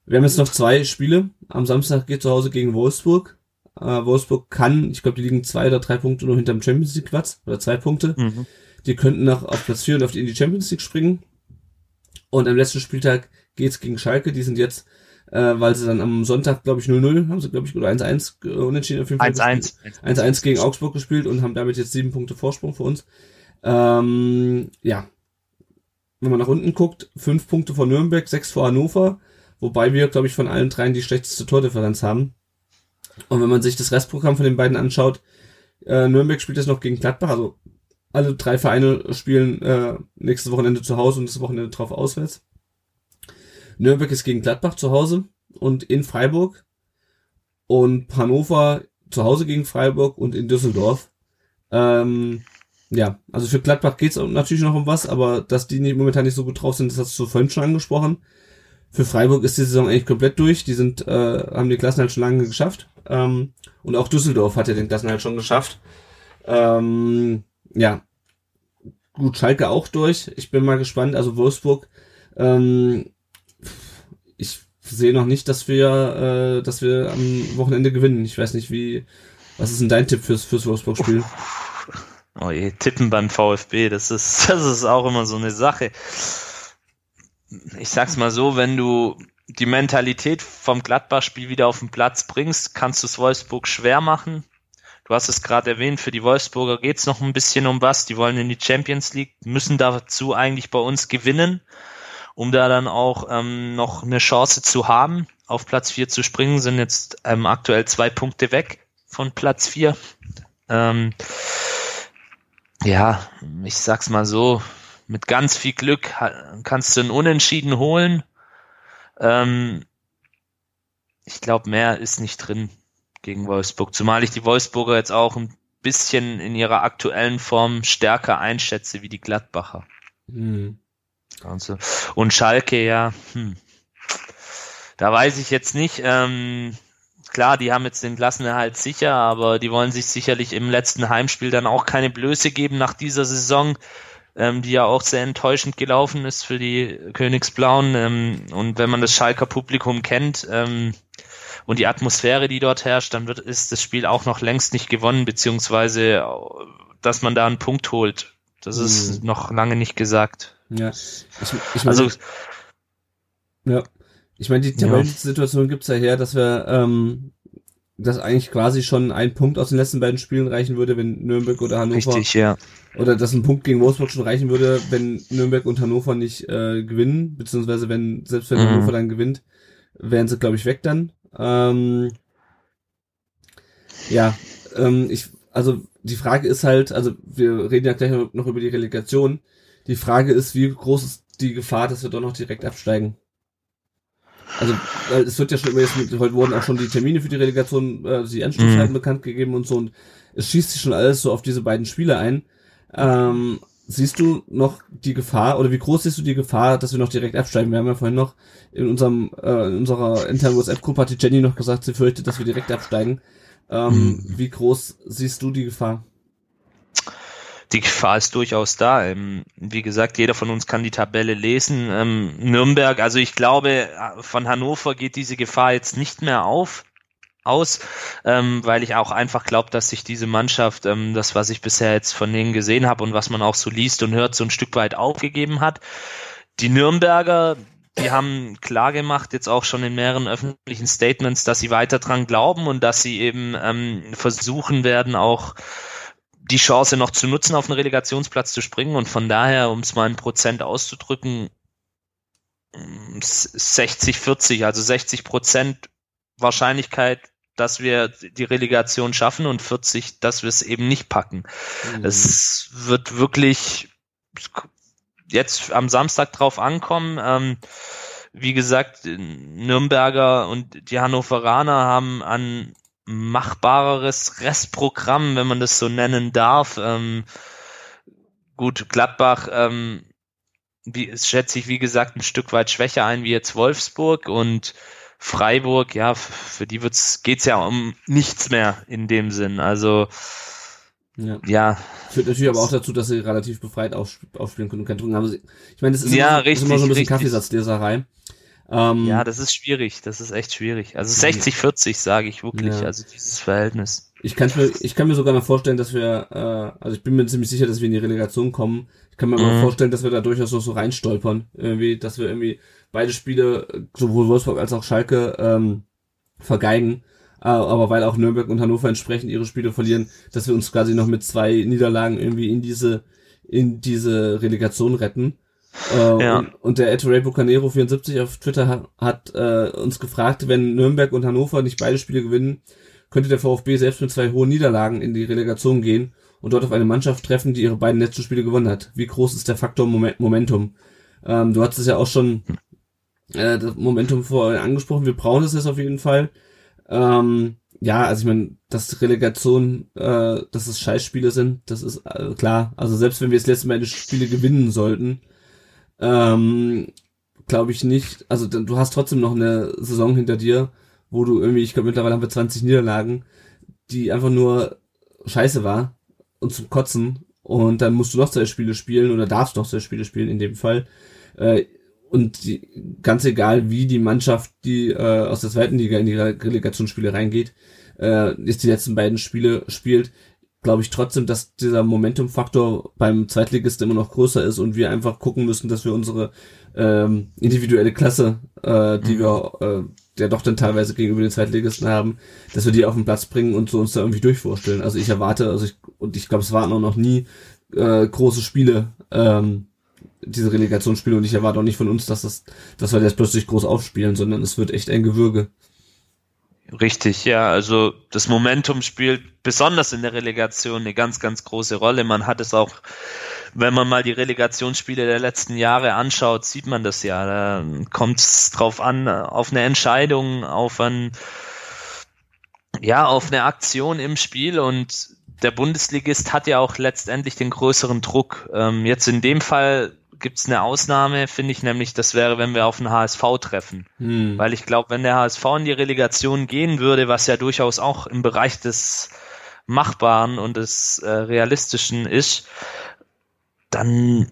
Wir haben jetzt noch zwei Spiele. Am Samstag geht zu Hause gegen Wolfsburg. Äh, Wolfsburg kann, ich glaube, die liegen zwei oder drei Punkte nur hinterm Champions League Platz, oder zwei Punkte. Mhm. Die könnten noch auf Platz vier und auf die in die Champions League springen. Und am letzten Spieltag geht's gegen Schalke. Die sind jetzt, äh, weil sie dann am Sonntag, glaube ich, null null haben sie, glaube ich, oder eins eins äh, unentschieden auf jeden Fall. eins eins. eins eins gegen Augsburg gespielt und haben damit jetzt sieben Punkte Vorsprung für uns. Ähm, ja. Wenn man nach unten guckt, fünf Punkte vor Nürnberg, sechs vor Hannover, wobei wir, glaube ich, von allen dreien die schlechteste Tordifferenz haben. Und wenn man sich das Restprogramm von den beiden anschaut, äh, Nürnberg spielt jetzt noch gegen Gladbach, also alle drei Vereine spielen äh, nächstes Wochenende zu Hause und das Wochenende drauf auswärts. Nürnberg ist gegen Gladbach zu Hause und in Freiburg und Hannover zu Hause gegen Freiburg und in Düsseldorf. Ähm, ja, also für Gladbach geht's natürlich noch um was, aber dass die nicht, momentan nicht so gut drauf sind, das hast du vorhin schon angesprochen. Für Freiburg ist die Saison eigentlich komplett durch. Die sind, äh, haben die Klassenerhalt schon lange geschafft. Ähm, und auch Düsseldorf hat ja den Klassenerhalt schon geschafft. Ähm, ja, gut, Schalke auch durch. Ich bin mal gespannt. Also Wolfsburg, ähm, ich sehe noch nicht, dass wir, äh, dass wir am Wochenende gewinnen. Ich weiß nicht, wie. Was ist denn dein Tipp fürs fürs Wolfsburg-Spiel? Oh je, tippen beim VfB, das ist das ist auch immer so eine Sache. Ich sag's mal so, wenn du die Mentalität vom Gladbach-Spiel wieder auf den Platz bringst, kannst du es Wolfsburg schwer machen. Du hast es gerade erwähnt, für die Wolfsburger geht's noch ein bisschen um was. Die wollen in die Champions League, müssen dazu eigentlich bei uns gewinnen, um da dann auch ähm, noch eine Chance zu haben, auf Platz vier zu springen. Sind jetzt ähm, aktuell zwei Punkte weg von Platz vier. Ähm, ja, ich sag's mal so, mit ganz viel Glück kannst du einen Unentschieden holen. Ähm, ich glaube, mehr ist nicht drin gegen Wolfsburg. Zumal ich die Wolfsburger jetzt auch ein bisschen in ihrer aktuellen Form stärker einschätze wie die Gladbacher. Mhm. Also, und Schalke, ja, hm, da weiß ich jetzt nicht. Ähm, klar, die haben jetzt den Klassenerhalt sicher, aber die wollen sich sicherlich im letzten Heimspiel dann auch keine Blöße geben nach dieser Saison, ähm, die ja auch sehr enttäuschend gelaufen ist für die Königsblauen. Ähm, und wenn man das Schalker Publikum kennt ähm, und die Atmosphäre, die dort herrscht, dann wird ist das Spiel auch noch längst nicht gewonnen, beziehungsweise dass man da einen Punkt holt. Das mhm. ist noch lange nicht gesagt. Ja, ich, ich meine, also, ja, ich meine, die Tabellensituation ja. gibt's ja her, dass wir ähm, dass eigentlich quasi schon ein Punkt aus den letzten beiden Spielen reichen würde, wenn Nürnberg oder Hannover Richtig, ja. oder dass ein Punkt gegen Wolfsburg schon reichen würde, wenn Nürnberg und Hannover nicht äh, gewinnen, beziehungsweise wenn selbst wenn mhm. Hannover dann gewinnt, wären sie, glaube ich, weg dann. Ähm, ja, ähm, ich also die Frage ist halt, also wir reden ja gleich noch über die Relegation. Die Frage ist, wie groß ist die Gefahr, dass wir doch noch direkt absteigen? Also, weil es wird ja schon immer jetzt mit, heute wurden auch schon die Termine für die Relegation, äh, die Endspielzeiten mhm. bekannt gegeben und so, und es schießt sich schon alles so auf diese beiden Spiele ein. Ähm, siehst du noch die Gefahr, oder wie groß siehst du die Gefahr, dass wir noch direkt absteigen? Wir haben ja vorhin noch in unserem, äh, in unserer internen WhatsApp-Gruppe hat die Jenny noch gesagt, sie fürchtet, dass wir direkt absteigen. Ähm, mhm. Wie groß siehst du die Gefahr? Die Gefahr ist durchaus da. Ähm, wie gesagt, jeder von uns kann die Tabelle lesen. Ähm, Nürnberg, also ich glaube, von Hannover geht diese Gefahr jetzt nicht mehr auf, aus, ähm, weil ich auch einfach glaube, dass sich diese Mannschaft, ähm, das, was ich bisher jetzt von denen gesehen habe und was man auch so liest und hört, so ein Stück weit aufgegeben hat. Die Nürnberger, die haben klar gemacht, jetzt auch schon in mehreren öffentlichen Statements, dass sie weiter dran glauben und dass sie eben ähm, versuchen werden, auch die Chance noch zu nutzen, auf einen Relegationsplatz zu springen, und von daher, um es mal in Prozent auszudrücken, sechzig vierzig, also sechzig Prozent Wahrscheinlichkeit, dass wir die Relegation schaffen und vierzig, dass wir es eben nicht packen. Mhm. Es wird wirklich jetzt am Samstag drauf ankommen. Ähm, wie gesagt, Nürnberger und die Hannoveraner haben an machbareres Restprogramm, wenn man das so nennen darf. Ähm, gut, Gladbach ähm, wie, schätze ich, wie gesagt, ein Stück weit schwächer ein wie jetzt Wolfsburg, und Freiburg, ja, für die wird's, geht's ja um nichts mehr in dem Sinn. Also ja. ja. Führt natürlich aber auch dazu, dass sie relativ befreit aufspielen können und keinen Druck haben. Ich meine, das ist, ja, immer, so, richtig, ist immer so ein bisschen richtig. Kaffeesatzleserei. Ähm, ja, das ist schwierig, das ist echt schwierig. Also sechzig vierzig sage ich wirklich, ja. also dieses Verhältnis. Ich kann mir, ich kann mir sogar noch vorstellen, dass wir, äh, also ich bin mir ziemlich sicher, dass wir in die Relegation kommen. Ich kann mir Mhm. aber vorstellen, dass wir da durchaus noch so reinstolpern, irgendwie, dass wir irgendwie beide Spiele, sowohl Wolfsburg als auch Schalke, ähm, vergeigen. Äh, aber weil auch Nürnberg und Hannover entsprechend ihre Spiele verlieren, dass wir uns quasi noch mit zwei Niederlagen irgendwie in diese, in diese Relegation retten. Äh, Ja. und, und der Ed Ray Bucanero vierundsiebzig auf Twitter hat, hat äh, uns gefragt, wenn Nürnberg und Hannover nicht beide Spiele gewinnen, könnte der VfB selbst mit zwei hohen Niederlagen in die Relegation gehen und dort auf eine Mannschaft treffen, die ihre beiden letzten Spiele gewonnen hat. Wie groß ist der Faktor Moment- Momentum? Ähm, du hattest es ja auch schon äh, das Momentum vorher angesprochen. Wir brauchen es jetzt auf jeden Fall. Ähm, ja, also ich meine, dass Relegation, äh, dass es Scheißspiele sind, das ist äh, klar. Also selbst wenn wir das letzte Mal die Spiele gewinnen sollten, ähm, glaube ich nicht. Also du hast trotzdem noch eine Saison hinter dir, wo du irgendwie, ich glaube mittlerweile haben wir zwanzig Niederlagen, die einfach nur scheiße war und zum Kotzen, und dann musst du noch zwei Spiele spielen oder darfst noch zwei Spiele spielen in dem Fall, äh, und die, ganz egal wie die Mannschaft, die äh, aus der zweiten Liga in die Relegationsspiele reingeht, äh, jetzt die letzten beiden Spiele spielt, glaube ich trotzdem, dass dieser Momentum-Faktor beim Zweitligisten immer noch größer ist und wir einfach gucken müssen, dass wir unsere ähm, individuelle Klasse, äh, die mhm. wir äh, der doch dann teilweise gegenüber den Zweitligisten haben, dass wir die auf den Platz bringen und so uns da irgendwie durchvorstellen. Also ich erwarte, also ich, und ich glaube, es waren auch noch nie äh, große Spiele, ähm, diese Relegationsspiele, und ich erwarte auch nicht von uns, dass das, dass wir das plötzlich groß aufspielen, sondern es wird echt ein Gewürge. Richtig, ja, also das Momentum spielt besonders in der Relegation eine ganz, ganz große Rolle. Man hat es auch, wenn man mal die Relegationsspiele der letzten Jahre anschaut, sieht man das ja. Da kommt es drauf an, auf eine Entscheidung, auf ein, ja, auf eine Aktion im Spiel, und der Bundesligist hat ja auch letztendlich den größeren Druck. Ähm, jetzt in dem Fall gibt es eine Ausnahme, finde ich, nämlich das wäre, wenn wir auf den H S V treffen. Hm. Weil ich glaube, wenn der H S V in die Relegation gehen würde, was ja durchaus auch im Bereich des Machbaren und des äh, Realistischen ist, dann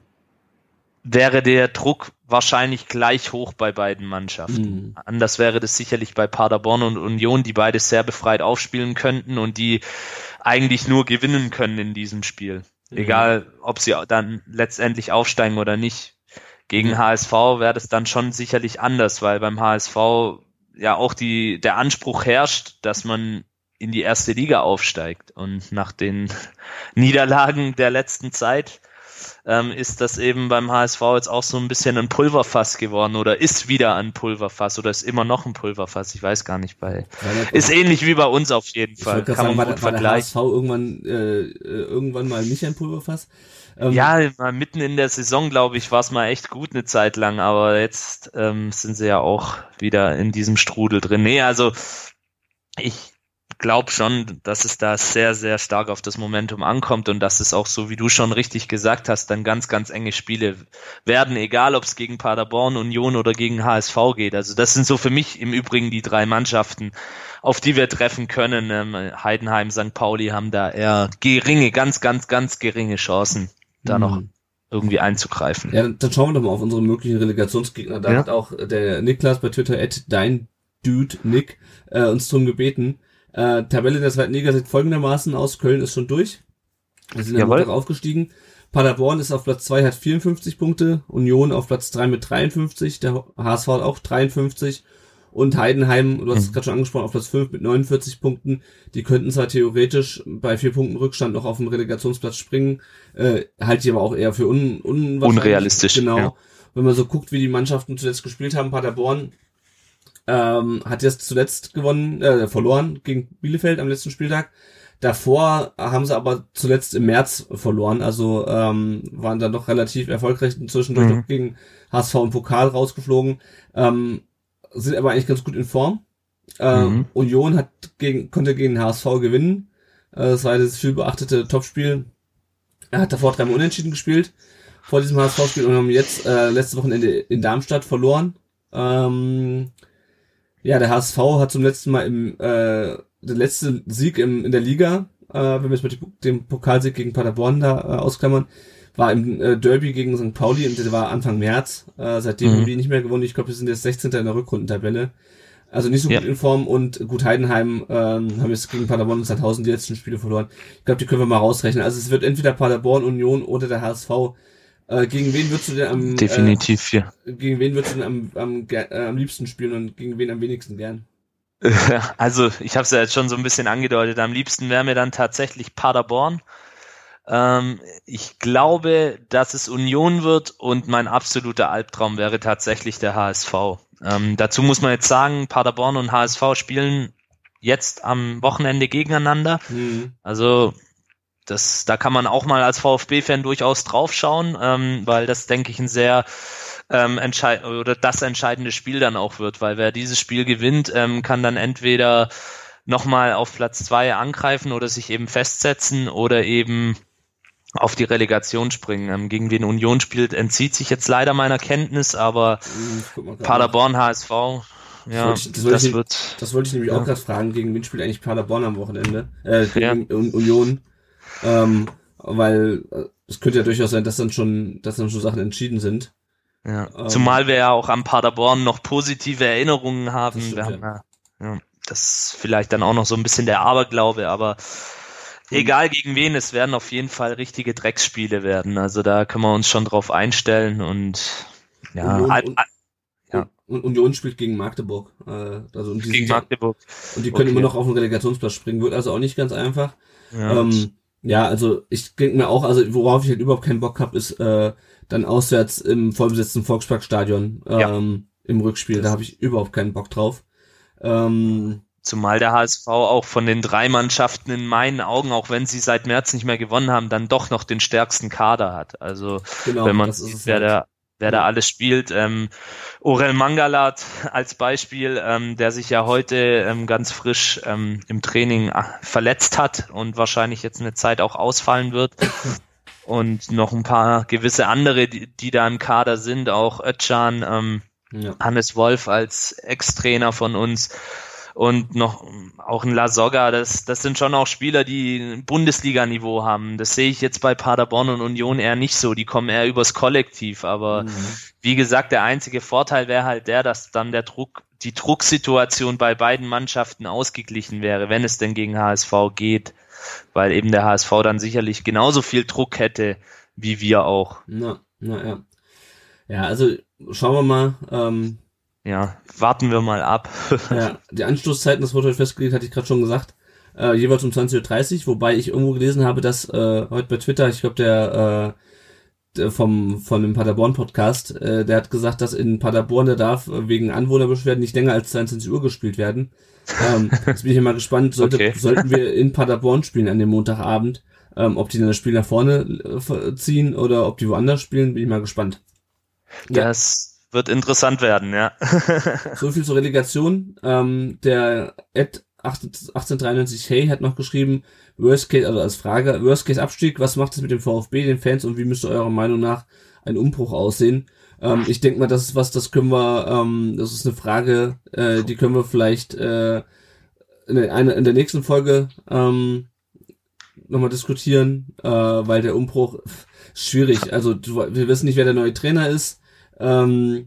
wäre der Druck wahrscheinlich gleich hoch bei beiden Mannschaften. Hm. Anders wäre das sicherlich bei Paderborn und Union, die beide sehr befreit aufspielen könnten und die eigentlich nur gewinnen können in diesem Spiel. Egal, ob sie dann letztendlich aufsteigen oder nicht. Gegen ja. H S V wäre das dann schon sicherlich anders, weil beim H S V ja auch die der Anspruch herrscht, dass man in die erste Liga aufsteigt. Und nach den Niederlagen der letzten Zeit ähm, ist das eben beim H S V jetzt auch so ein bisschen ein Pulverfass geworden oder ist wieder ein Pulverfass oder ist immer noch ein Pulverfass, ich weiß gar nicht. Bei ist ähnlich wie bei uns auf jeden Fall. Kann sagen, man gut gut vergleichen. War der H S V irgendwann, äh, irgendwann mal nicht ein Pulverfass? Ähm, ja, mal mitten in der Saison, glaube ich, war es mal echt gut eine Zeit lang, aber jetzt ähm, sind sie ja auch wieder in diesem Strudel drin. Nee, also ich glaube schon, dass es da sehr, sehr stark auf das Momentum ankommt und dass es auch, so wie du schon richtig gesagt hast, dann ganz, ganz enge Spiele werden, egal ob es gegen Paderborn, Union oder gegen H S V geht. Also das sind so für mich im Übrigen die drei Mannschaften, auf die wir treffen können. Ähm, Heidenheim, Sankt Pauli haben da eher geringe, ganz, ganz, ganz geringe Chancen, da mhm. noch irgendwie einzugreifen. Ja, dann schauen wir doch mal auf unsere möglichen Relegationsgegner. Da ja. hat auch der Niklas bei Twitter, at dein Dude Nick, äh, uns drum gebeten. Äh, Tabelle der zweiten Liga sieht folgendermaßen aus. Köln ist schon durch. Wir sind ja Montag aufgestiegen. Paderborn ist auf Platz zwei, hat vierundfünfzig Punkte. Union auf Platz drei mit dreiundfünfzig. Der H S V hat auch dreiundfünfzig. Und Heidenheim, du hast es mhm. gerade schon angesprochen, auf Platz fünf mit neunundvierzig Punkten. Die könnten zwar theoretisch bei vier Punkten Rückstand noch auf den Relegationsplatz springen, äh, halte ich aber auch eher für un, un unrealistisch. Genau. Ja. Wenn man so guckt, wie die Mannschaften zuletzt gespielt haben, Paderborn Ähm, hat jetzt zuletzt gewonnen, äh, verloren gegen Bielefeld am letzten Spieltag. Davor haben sie aber zuletzt im März verloren, also ähm, waren dann doch relativ erfolgreich zwischendurch mhm. noch gegen H S V und Pokal rausgeflogen, ähm, sind aber eigentlich ganz gut in Form. Äh, mhm. Union hat gegen, konnte gegen H S V gewinnen, äh, das war das viel beachtete Topspiel. Er hat davor dreimal unentschieden gespielt vor diesem H S V-Spiel und haben jetzt äh, letzte Wochenende in Darmstadt verloren. Ähm, Ja, der H S V hat zum letzten Mal im äh, der letzte Sieg im, in der Liga, äh, wenn wir jetzt mal die, den Pokalsieg gegen Paderborn da äh, ausklammern, war im äh, Derby gegen Sankt Pauli und der war Anfang März. Äh, seitdem Mhm. haben die nicht mehr gewonnen. Ich glaube, wir sind jetzt sechzehnter in der Rückrundentabelle. Also nicht so Ja. gut in Form und gut Heidenheim ähm, haben jetzt gegen Paderborn und Sandhausen die letzten Spiele verloren. Ich glaube, die können wir mal rausrechnen. Also es wird entweder Paderborn, Union oder der H S V. Äh, gegen wen würdest du denn am Definitiv, ja. äh, gegen wen würdest du denn am am, ger- äh, am liebsten spielen und gegen wen am wenigsten gern? Also ich habe es ja jetzt schon so ein bisschen angedeutet. Am liebsten wäre mir dann tatsächlich Paderborn. Ähm, ich glaube, dass es Union wird und mein absoluter Albtraum wäre tatsächlich der H S V. Ähm, dazu muss man jetzt sagen, Paderborn und H S V spielen jetzt am Wochenende gegeneinander. Hm. Also das, da kann man auch mal als VfB-Fan durchaus draufschauen, ähm, weil das, denke ich, ein sehr ähm, entscheid oder das entscheidende Spiel dann auch wird, weil wer dieses Spiel gewinnt, ähm, kann dann entweder nochmal auf Platz zwei angreifen oder sich eben festsetzen oder eben auf die Relegation springen. Ähm, gegen wen Union spielt, entzieht sich jetzt leider meiner Kenntnis, aber Hm, ich guck mal grad Paderborn, H S V, ja, wollte ich- das wollte das ich- wird, Das wollte ich nämlich Ja. auch gerade fragen, gegen wen spielt eigentlich Paderborn am Wochenende? Äh, gegen Ja. Un- Union. Ähm, weil äh, es könnte ja durchaus sein, dass dann schon, dass dann schon Sachen entschieden sind. ja. Ähm, Zumal wir ja auch am Paderborn noch positive Erinnerungen haben. Das stimmt, wir haben ja, ja, das ist vielleicht dann auch noch so ein bisschen der Aberglaube, aber egal gegen wen, es werden auf jeden Fall richtige Drecksspiele werden. Also da können wir uns schon drauf einstellen und ja, Union, halt, und, ja. und Union spielt gegen Magdeburg. Äh, also und die gegen sind, Magdeburg. und die können Okay. immer noch auf den Relegationsplatz springen, wird also auch nicht ganz einfach. Ja. Ähm, ja, also ich denke mir auch, also worauf ich halt überhaupt keinen Bock habe, ist äh, dann auswärts im vollbesetzten Volksparkstadion ähm, Ja. im Rückspiel. Da habe ich überhaupt keinen Bock drauf. Ähm, Zumal der H S V auch von den drei Mannschaften in meinen Augen, auch wenn sie seit März nicht mehr gewonnen haben, dann doch noch den stärksten Kader hat. Also genau, wenn man das ist sieht, es wer halt. da wer da alles spielt. Ähm, Orel Mangalat als Beispiel, ähm, der sich ja heute ähm, ganz frisch ähm, im Training äh, verletzt hat und wahrscheinlich jetzt eine Zeit auch ausfallen wird. Und noch ein paar gewisse andere, die, die da im Kader sind, auch Özcan, ähm, Ja. Hannes Wolf als Ex-Trainer von uns und noch auch ein La Soga, das, das sind schon auch Spieler, die ein Bundesliga-Niveau haben. Das sehe ich jetzt bei Paderborn und Union eher nicht so. Die kommen eher übers Kollektiv. Aber Mhm. wie gesagt, der einzige Vorteil wäre halt der, dass dann der Druck, die Drucksituation bei beiden Mannschaften ausgeglichen wäre, wenn es denn gegen H S V geht. Weil eben der H S V dann sicherlich genauso viel Druck hätte, wie wir auch. Na, na ja. Ja, also schauen wir mal. Ähm, Ja, warten wir mal ab. ja, die Anstoßzeiten, das wurde heute festgelegt, hatte ich gerade schon gesagt, äh, jeweils um zwanzig Uhr dreißig, wobei ich irgendwo gelesen habe, dass äh, heute bei Twitter, ich glaube der, äh, der vom von dem Paderborn-Podcast, äh, der hat gesagt, dass in Paderborn der darf äh, wegen Anwohnerbeschwerden nicht länger als zweiundzwanzig Uhr gespielt werden. Ähm, jetzt bin ich mal gespannt, sollte, Okay. sollten wir in Paderborn spielen an dem Montagabend, ähm, ob die dann das Spiel nach vorne äh, ziehen oder ob die woanders spielen, bin ich mal gespannt. Ja. Das wird interessant werden, ja. So viel zur Relegation. Ähm, der Ed achtzehnhundertdreiundneunzig Hey hat noch geschrieben, Worst Case, also als Frage, Worst Case Abstieg, was macht es mit dem VfB, den Fans und wie müsste eurer Meinung nach ein Umbruch aussehen? Ähm, ich denke mal, das ist was, das können wir, ähm, das ist eine Frage, äh, die können wir vielleicht äh, in, der, eine, in der nächsten Folge ähm, nochmal diskutieren, äh, weil der Umbruch pff, ist schwierig. Also du, wir wissen nicht, wer der neue Trainer ist. Ähm,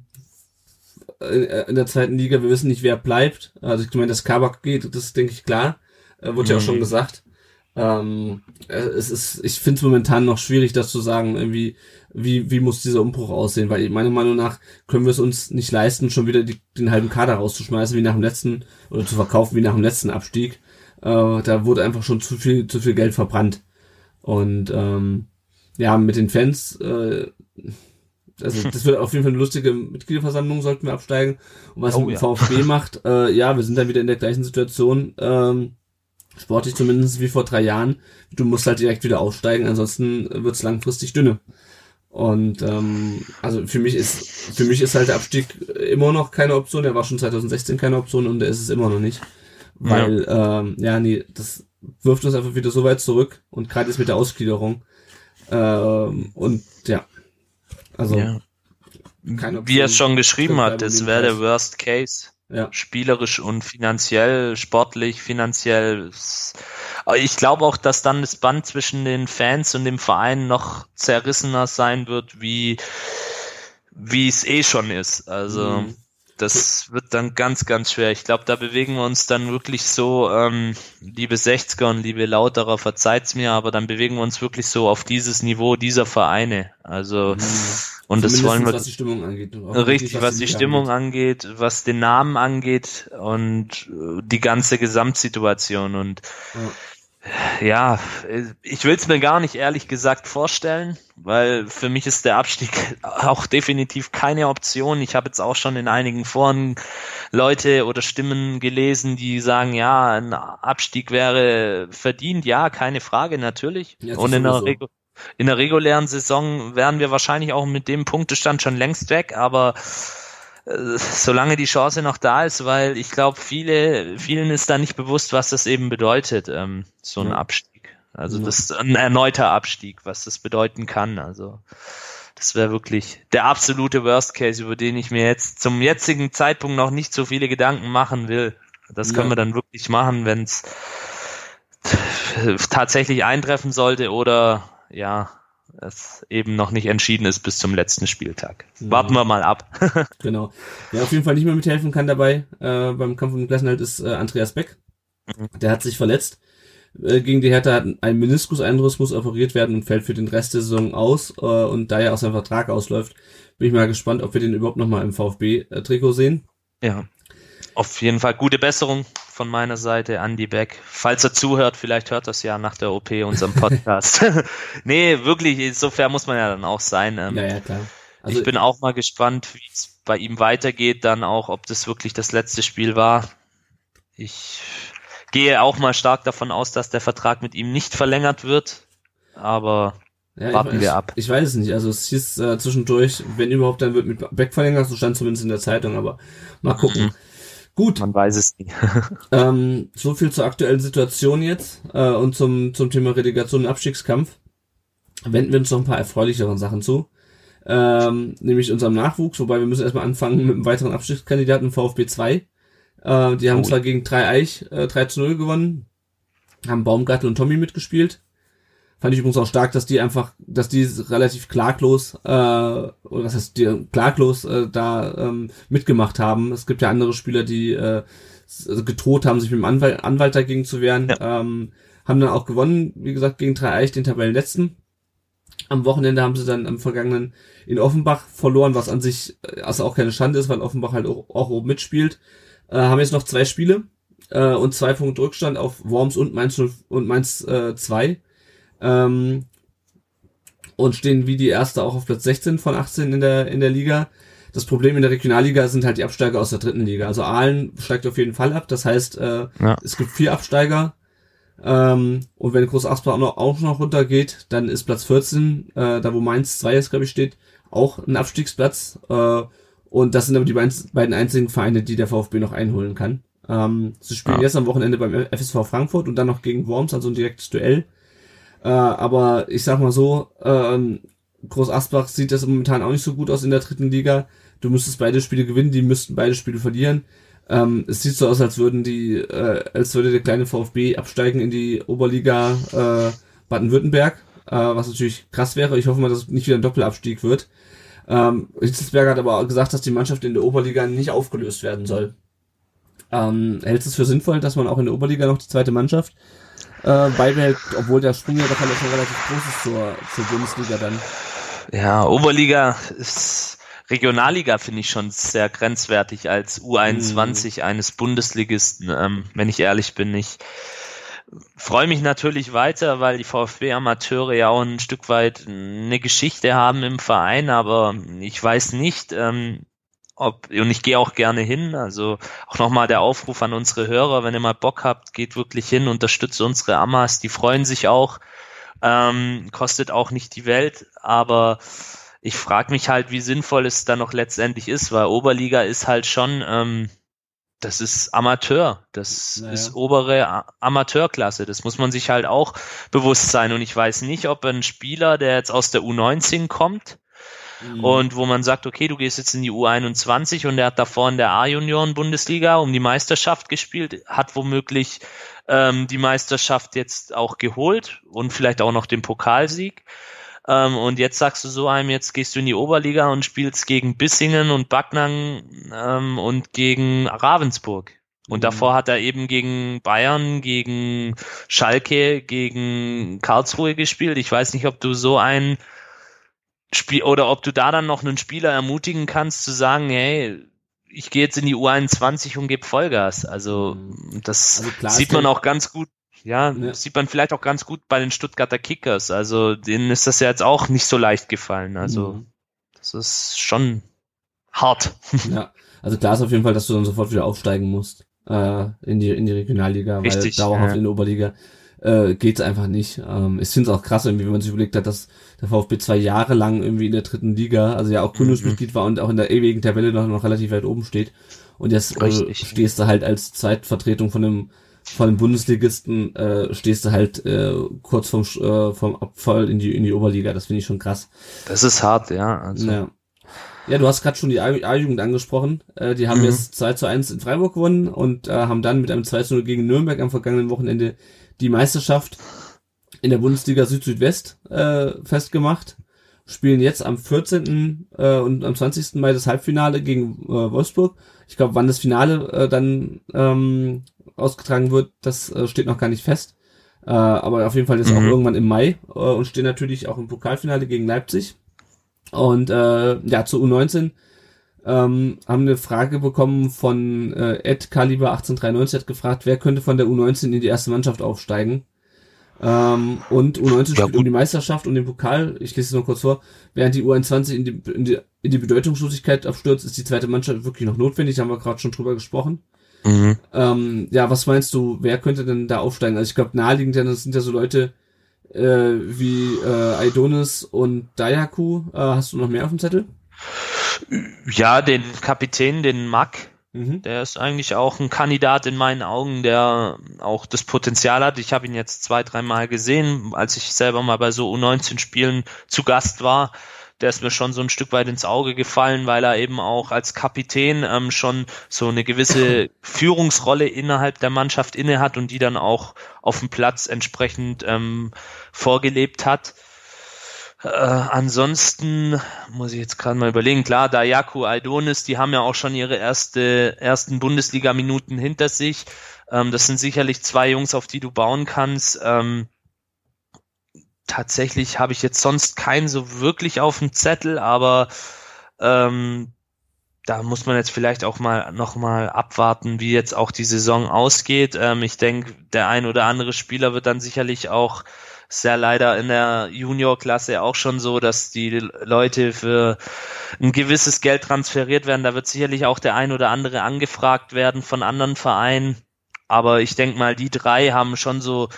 in der zweiten Liga, wir wissen nicht, wer bleibt. Also ich meine, dass Kabak geht, das ist, denke ich, klar. Äh, wurde ja auch schon gesagt. Ähm, äh, es ist, ich finde es momentan noch schwierig, das zu sagen, irgendwie, wie, wie muss dieser Umbruch aussehen, weil meiner Meinung nach können wir es uns nicht leisten, schon wieder die, den halben Kader rauszuschmeißen, wie nach dem letzten, oder zu verkaufen, wie nach dem letzten Abstieg. Äh, da wurde einfach schon zu viel, zu viel Geld verbrannt. Und, ähm, ja, mit den Fans, äh, also das wird auf jeden Fall eine lustige Mitgliederversammlung, sollten wir absteigen. Und was Oh, mit dem ja. VfB macht, äh, ja, wir sind dann wieder in der gleichen Situation, ähm, sportlich zumindest wie vor drei Jahren. Du musst halt direkt wieder aufsteigen, ansonsten wird's langfristig dünne. Und ähm, also für mich ist für mich ist halt der Abstieg immer noch keine Option. Der war schon zwanzig sechzehn keine Option und der ist es immer noch nicht. Weil, ja, ähm, ja nee, das wirft uns einfach wieder so weit zurück und gerade jetzt mit der Ausgliederung. Ähm, und ja. Also Ja. keine Option. Wie er schon geschrieben Für hat, das wäre der Worst Case. Ja. Spielerisch und finanziell, sportlich, finanziell. Ich glaube auch, dass dann das Band zwischen den Fans und dem Verein noch zerrissener sein wird, wie wie es eh schon ist. Also mhm. das wird dann ganz, ganz schwer. Ich glaube, da bewegen wir uns dann wirklich so, ähm, liebe sechziger und liebe Lauterer, verzeiht's mir, aber dann bewegen wir uns wirklich so auf dieses Niveau dieser Vereine. Also mhm. und das wollen wir, was die Stimmung angeht. Richtig, was, was die Stimmung angeht. angeht, was den Namen angeht und die ganze Gesamtsituation. Und ja, ja ich will es mir gar nicht ehrlich gesagt vorstellen, weil für mich ist der Abstieg auch definitiv keine Option. Ich habe jetzt auch schon in einigen Foren Leute oder Stimmen gelesen, die sagen, ja, ein Abstieg wäre verdient. Ja, keine Frage, natürlich. Ja, und in der Regel In der regulären Saison wären wir wahrscheinlich auch mit dem Punktestand schon längst weg, aber äh, solange die Chance noch da ist, weil ich glaube, viele, vielen ist da nicht bewusst, was das eben bedeutet, ähm, so ein ja. Abstieg. Also ja. das ist ein erneuter Abstieg, was das bedeuten kann. Also das wäre wirklich der absolute Worst Case, über den ich mir jetzt zum jetzigen Zeitpunkt noch nicht so viele Gedanken machen will. Das können ja. wir dann wirklich machen, wenn es tatsächlich eintreffen sollte oder ja, es eben noch nicht entschieden ist bis zum letzten Spieltag. Ja. Warten wir mal ab. Genau. Wer auf jeden Fall nicht mehr mithelfen kann dabei äh, beim Kampf um den Klassenerhalt ist äh, Andreas Beck. Mhm. Der hat sich verletzt. Äh, gegen die Hertha hat ein Meniskusaneurysmus operiert werden und fällt für den Rest der Saison aus. Äh, und da ja auch sein Vertrag ausläuft, bin ich mal gespannt, ob wir den überhaupt nochmal im VfB-Trikot sehen. Ja. Auf jeden Fall gute Besserung von meiner Seite, Andy Beck. Falls er zuhört, vielleicht hört er es ja nach der O P unserem Podcast. Nee, wirklich, so fair muss man ja dann auch sein. Ja, ja, klar. Also ich bin auch mal gespannt, wie es bei ihm weitergeht, dann auch, ob das wirklich das letzte Spiel war. Ich gehe auch mal stark davon aus, dass der Vertrag mit ihm nicht verlängert wird, aber ja, warten ich, wir ab. Ich weiß es nicht, also es hieß äh, zwischendurch, wenn überhaupt, dann wird mit Beck verlängert, so stand zumindest in der Zeitung, aber mal gucken. Mhm. Gut. Man weiß es nicht. ähm, so viel zur aktuellen Situation jetzt äh, und zum zum Thema Relegation und Abstiegskampf. Wenden wir uns noch ein paar erfreulicheren Sachen zu. Ähm, nämlich unserem Nachwuchs, wobei wir müssen erstmal anfangen mit einem weiteren Abstiegskandidaten, VfB zwei. Äh, die haben oh. zwar gegen drei Eich äh, drei zu null gewonnen, haben Baumgartel und Tommy mitgespielt. Fand ich übrigens auch stark, dass die einfach, dass die relativ klaglos, äh, oder was heißt, die klaglos äh, da ähm, mitgemacht haben. Es gibt ja andere Spieler, die äh, gedroht haben, sich mit dem Anwalt, Anwalt dagegen zu wehren. Ja. Ähm, haben dann auch gewonnen, wie gesagt, gegen drei Eich, den Tabellenletzten. Am Wochenende haben sie dann am vergangenen in Offenbach verloren, was an sich also auch keine Schande ist, weil Offenbach halt auch, auch oben mitspielt. Äh, haben jetzt noch zwei Spiele äh, und zwei Punkte Rückstand auf Worms und Mainz und Mainz äh, zwei. Ähm, und stehen wie die Erste auch auf Platz sechzehn von achtzehn in der in der Liga. Das Problem in der Regionalliga sind halt die Absteiger aus der dritten Liga. Also Aalen steigt auf jeden Fall ab. Das heißt, äh, ja. es gibt vier Absteiger. Ähm, und wenn Groß Asbach auch noch, auch noch runtergeht, dann ist Platz vierzehn, äh, da wo Mainz zwei jetzt, glaube ich, steht, auch ein Abstiegsplatz. Äh, und das sind aber die beiden einzigen Vereine, die der VfB noch einholen kann. Ähm, sie spielen ja. jetzt am Wochenende beim F S V Frankfurt und dann noch gegen Worms, also ein direktes Duell. Äh, aber ich sag mal so, ähm, Groß Asbach sieht das momentan auch nicht so gut aus in der dritten Liga. Du müsstest beide Spiele gewinnen, die müssten beide Spiele verlieren. Ähm, es sieht so aus, als würden die, äh, als würde der kleine VfB absteigen in die Oberliga äh, Baden-Württemberg, äh, was natürlich krass wäre. Ich hoffe mal, dass es nicht wieder ein Doppelabstieg wird. Ähm, Hitzelsberger hat aber auch gesagt, dass die Mannschaft in der Oberliga nicht aufgelöst werden soll. Ähm, hältst du es für sinnvoll, dass man auch in der Oberliga noch die zweite Mannschaft äh, beibehält, obwohl der Sprung ja doch schon relativ groß ist zur, zur Bundesliga dann? Ja, Oberliga ist, Regionalliga finde ich schon sehr grenzwertig als U einundzwanzig hm. eines Bundesligisten, ähm, wenn ich ehrlich bin. Ich freue mich natürlich weiter, weil die VfB-Amateure ja auch ein Stück weit eine Geschichte haben im Verein, aber ich weiß nicht, ähm, ob, und ich gehe auch gerne hin, also auch nochmal der Aufruf an unsere Hörer, wenn ihr mal Bock habt, geht wirklich hin, unterstützt unsere Amas, die freuen sich auch, ähm, kostet auch nicht die Welt, aber ich frage mich halt, wie sinnvoll es dann noch letztendlich ist, weil Oberliga ist halt schon, ähm, das ist Amateur, das naja. ist obere A- Amateurklasse, das muss man sich halt auch bewusst sein und ich weiß nicht, ob ein Spieler, der jetzt aus der U neunzehn kommt, Mhm. Und wo man sagt, okay, du gehst jetzt in die U einundzwanzig und der hat davor in der A-Junioren-Bundesliga um die Meisterschaft gespielt, hat womöglich ähm, die Meisterschaft jetzt auch geholt und vielleicht auch noch den Pokalsieg. Ähm, und jetzt sagst du so einem, jetzt gehst du in die Oberliga und spielst gegen Bissingen und Backnang ähm, und gegen Ravensburg. Und davor hat er eben gegen Bayern, gegen Schalke, gegen Karlsruhe gespielt. Ich weiß nicht, ob du so ein Spiel oder ob du da dann noch einen Spieler ermutigen kannst, zu sagen, hey, ich gehe jetzt in die U einundzwanzig und gebe Vollgas. Also das also klar, sieht man auch ganz gut. Ja, ja, sieht man vielleicht auch ganz gut bei den Stuttgarter Kickers. Also denen ist das ja jetzt auch nicht so leicht gefallen. Also mhm. das ist schon hart. Ja, also klar ist auf jeden Fall, dass du dann sofort wieder aufsteigen musst. in die in die Regionalliga, Richtig, weil dauerhaft ja. in der Oberliga äh, geht's einfach nicht. Ähm, ich finde es auch krass, irgendwie, wenn man sich überlegt hat, dass der VfB zwei Jahre lang irgendwie in der dritten Liga, also ja auch Gründungsmitglied mhm. war und auch in der ewigen Tabelle noch, noch relativ weit oben steht. Und jetzt äh, stehst du halt als Zweitvertretung von einem von einem Bundesligisten, äh, stehst du halt äh, kurz vom äh, vom Abfall in die in die Oberliga. Das finde ich schon krass. Das ist hart, ja. Also. Ja. Ja, du hast gerade schon die A-Jugend angesprochen. Äh, die haben mhm. jetzt zwei zu eins in Freiburg gewonnen und äh, haben dann mit einem zwei zu null gegen Nürnberg am vergangenen Wochenende die Meisterschaft in der Bundesliga Süd-Südwest äh, festgemacht. Spielen jetzt am vierzehnten Äh, und am zwanzigsten Mai das Halbfinale gegen äh, Wolfsburg. Ich glaube, wann das Finale äh, dann ähm, ausgetragen wird, das äh, steht noch gar nicht fest. Äh, aber auf jeden Fall ist mhm. auch irgendwann im Mai äh, und stehen natürlich auch im Pokalfinale gegen Leipzig. Und äh, ja, zur U neunzehn ähm, haben eine Frage bekommen von äh, Ed Kaliber achtzehnhundertdreiundneunzig, hat gefragt, wer könnte von der U neunzehn in die erste Mannschaft aufsteigen. Ähm, und U neunzehn ja, spielt gut. um die Meisterschaft und den Pokal, ich lese es noch kurz vor, während die U einundzwanzig in die, in die, in die Bedeutungslosigkeit abstürzt, ist die zweite Mannschaft wirklich noch notwendig, da haben wir gerade schon drüber gesprochen. Mhm. Ähm, ja, was meinst du, wer könnte denn da aufsteigen? Also ich glaube, naheliegend, das sind ja so Leute Äh, wie äh, Aidonis und Dayaku. Äh, hast du noch mehr auf dem Zettel? Ja, den Kapitän, den Mack, mhm. der ist eigentlich auch ein Kandidat in meinen Augen, der auch das Potenzial hat. Ich habe ihn jetzt zwei, dreimal gesehen, als ich selber mal bei so U neunzehn Spielen zu Gast war. Der ist mir schon so ein Stück weit ins Auge gefallen, weil er eben auch als Kapitän ähm, schon so eine gewisse Führungsrolle innerhalb der Mannschaft inne hat und die dann auch auf dem Platz entsprechend ähm, vorgelebt hat. Äh, ansonsten muss ich jetzt gerade mal überlegen, klar, Dayaku, Aidonis, die haben ja auch schon ihre erste ersten Bundesliga-Minuten hinter sich. Ähm, das sind sicherlich zwei Jungs, auf die du bauen kannst. Ähm, Tatsächlich habe ich jetzt sonst keinen so wirklich auf dem Zettel, aber ähm, da muss man jetzt vielleicht auch mal noch mal abwarten, wie jetzt auch die Saison ausgeht. Ähm, ich denke, der ein oder andere Spieler wird dann sicherlich auch, sehr leider in der Juniorklasse auch schon so, dass die Leute für ein gewisses Geld transferiert werden. Da wird sicherlich auch der ein oder andere angefragt werden von anderen Vereinen. Aber ich denke mal, die drei haben schon so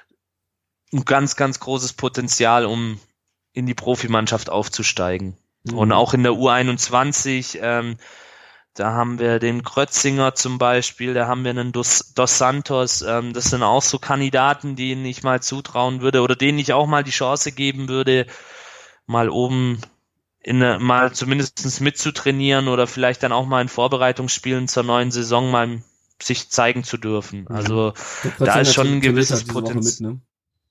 ein ganz, ganz großes Potenzial, um in die Profimannschaft aufzusteigen. Mhm. Und auch in der U einundzwanzig, ähm, da haben wir den Krötzinger zum Beispiel, da haben wir einen Dos, Dos Santos, ähm, das sind auch so Kandidaten, denen ich mal zutrauen würde oder denen ich auch mal die Chance geben würde, mal oben in eine, mal zumindest mitzutrainieren oder vielleicht dann auch mal in Vorbereitungsspielen zur neuen Saison mal sich zeigen zu dürfen. Also mhm. da ist schon ein gewisses Potenzial. Ne?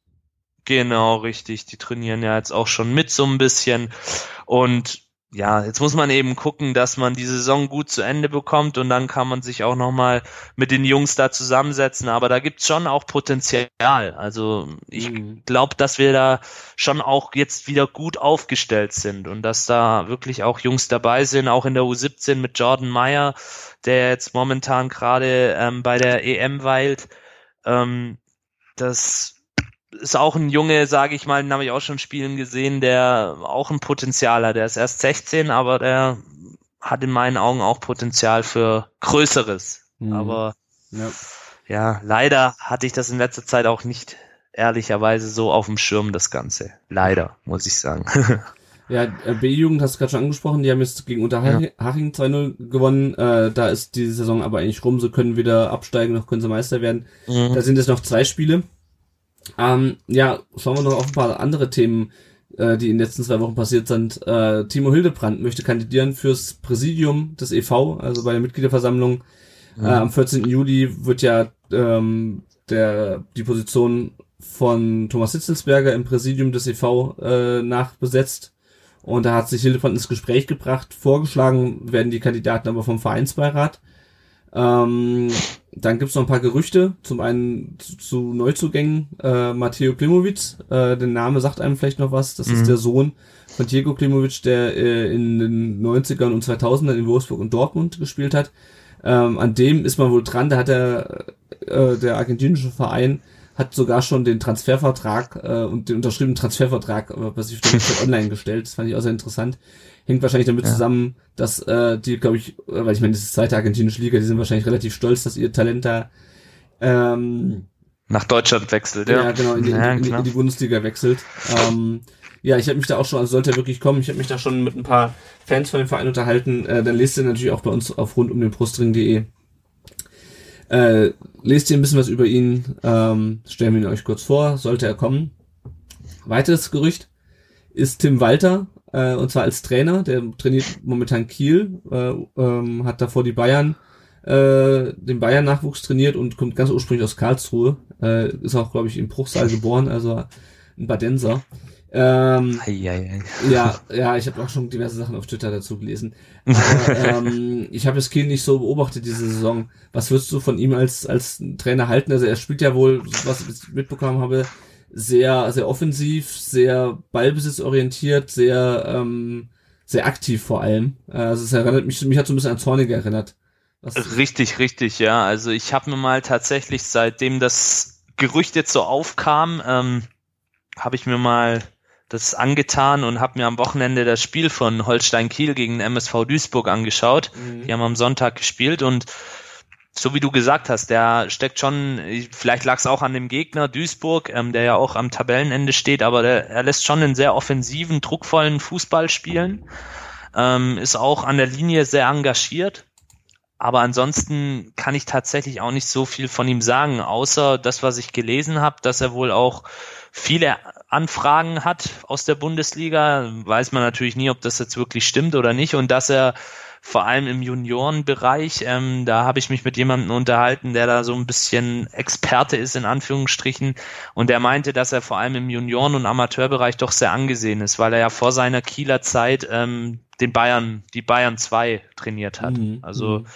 Genau, richtig. Die trainieren ja jetzt auch schon mit so ein bisschen. Und ja, jetzt muss man eben gucken, dass man die Saison gut zu Ende bekommt und dann kann man sich auch nochmal mit den Jungs da zusammensetzen. Aber da gibt's schon auch Potenzial. Also ich mhm. glaube, dass wir da schon auch jetzt wieder gut aufgestellt sind und dass da wirklich auch Jungs dabei sind, auch in der U siebzehn mit Jordan Meyer, der jetzt momentan gerade ähm, bei der E M weilt. Ähm, das ist auch ein Junge, sage ich mal, den habe ich auch schon spielen gesehen, der auch ein Potenzial hat. Der ist erst sechzehn, aber der hat in meinen Augen auch Potenzial für Größeres. Mhm. Aber ja. ja, leider hatte ich das in letzter Zeit auch nicht ehrlicherweise so auf dem Schirm, das Ganze. Leider, muss ich sagen. Ja, B-Jugend hast du gerade schon angesprochen, die haben jetzt gegen Unterhaching ja. zwei null gewonnen, äh, da ist die Saison aber eigentlich rum, sie können wieder absteigen, noch können sie Meister werden. Mhm. Da sind jetzt noch zwei Spiele. Ähm, ja, schauen wir noch auf ein paar andere Themen. äh, die in den letzten zwei Wochen passiert sind. Äh, Timo Hildebrand möchte kandidieren fürs Präsidium des E V, also bei der Mitgliederversammlung. Mhm. Äh, am vierzehnten Juli wird ja ähm, der die Position von Thomas Hitzelsberger im Präsidium des E V äh, nachbesetzt. Und da hat sich Hildebrand ins Gespräch gebracht. Vorgeschlagen werden die Kandidaten aber vom Vereinsbeirat. Ähm, dann gibt's noch ein paar Gerüchte. Zum einen zu, zu Neuzugängen. Äh, Mateo Klimovic, äh, der Name sagt einem vielleicht noch was. Das mhm. ist der Sohn von Diego Klimovic, der äh, in den neunzigern und zweitausendern in Wolfsburg und Dortmund gespielt hat. Ähm, an dem ist man wohl dran. Da hat der, äh, der argentinische Verein hat sogar schon den Transfervertrag äh, und den unterschriebenen Transfervertrag äh, bei sich online gestellt. Das fand ich auch sehr interessant. Hängt wahrscheinlich damit ja. zusammen, dass äh, die, glaube ich, weil ich meine, das ist die zweite argentinische Liga, die sind wahrscheinlich relativ stolz, dass ihr Talent da ähm, nach Deutschland wechselt, ja. Ja, genau, in die, ja, in die, in die Bundesliga wechselt. Ähm, ja, ich habe mich da auch schon, also sollte er wirklich kommen, ich habe mich da schon mit ein paar Fans von dem Verein unterhalten. Äh, dann lest ihr natürlich auch bei uns auf rund um den Brustring punkt de. Äh, lest ihr ein bisschen was über ihn, ähm, stellen wir ihn euch kurz vor, sollte er kommen. Weiteres Gerücht ist Tim Walter, äh, und zwar als Trainer, der trainiert momentan Kiel, äh, ähm, hat davor die Bayern, äh, den Bayern-Nachwuchs trainiert und kommt ganz ursprünglich aus Karlsruhe, äh, ist auch, glaube ich, im Bruchsal geboren, also ein Badenser. Ähm, ei, ei, ei. Ja, ja, ich habe auch schon diverse Sachen auf Twitter dazu gelesen. Aber, ähm, ich habe das Kiel nicht so beobachtet diese Saison. Was würdest du von ihm als als Trainer halten? Also er spielt ja wohl, was ich mitbekommen habe, sehr sehr offensiv, sehr ballbesitzorientiert, sehr ähm, sehr aktiv vor allem. Also es erinnert mich, mich hat so ein bisschen an Zorniger erinnert. Was richtig, richtig, ja. Also ich habe mir mal tatsächlich, seitdem das Gerücht jetzt so aufkam, ähm, habe ich mir mal das angetan und habe mir am Wochenende das Spiel von Holstein Kiel gegen M S V Duisburg angeschaut. Mhm. Die haben am Sonntag gespielt und so wie du gesagt hast, der steckt schon, vielleicht lag es auch an dem Gegner Duisburg, ähm, der ja auch am Tabellenende steht, aber der, er lässt schon einen sehr offensiven, druckvollen Fußball spielen, ähm, ist auch an der Linie sehr engagiert, aber ansonsten kann ich tatsächlich auch nicht so viel von ihm sagen, außer das, was ich gelesen habe, dass er wohl auch viele Anfragen hat aus der Bundesliga, weiß man natürlich nie, ob das jetzt wirklich stimmt oder nicht, und dass er vor allem im Juniorenbereich, ähm, da habe ich mich mit jemandem unterhalten, der da so ein bisschen Experte ist, in Anführungsstrichen, und der meinte, dass er vor allem im Junioren- und Amateurbereich doch sehr angesehen ist, weil er ja vor seiner Kieler Zeit ähm, den Bayern, die Bayern zwei trainiert hat. Mhm. Also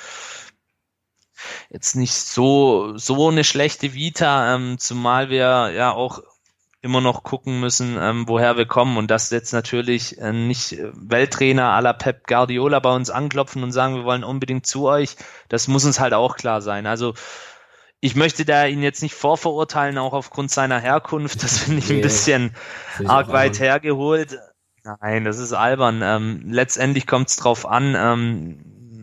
jetzt nicht so so eine schlechte Vita, ähm, zumal wir ja auch immer noch gucken müssen, ähm, woher wir kommen, und dass jetzt natürlich äh, nicht Welttrainer à la Pep Guardiola bei uns anklopfen und sagen, wir wollen unbedingt zu euch, das muss uns halt auch klar sein. Also ich möchte da ihn jetzt nicht vorverurteilen, auch aufgrund seiner Herkunft, das finde ich ein bisschen arg weit hergeholt. Nein, das ist albern. Ähm, letztendlich kommt es drauf an, ähm,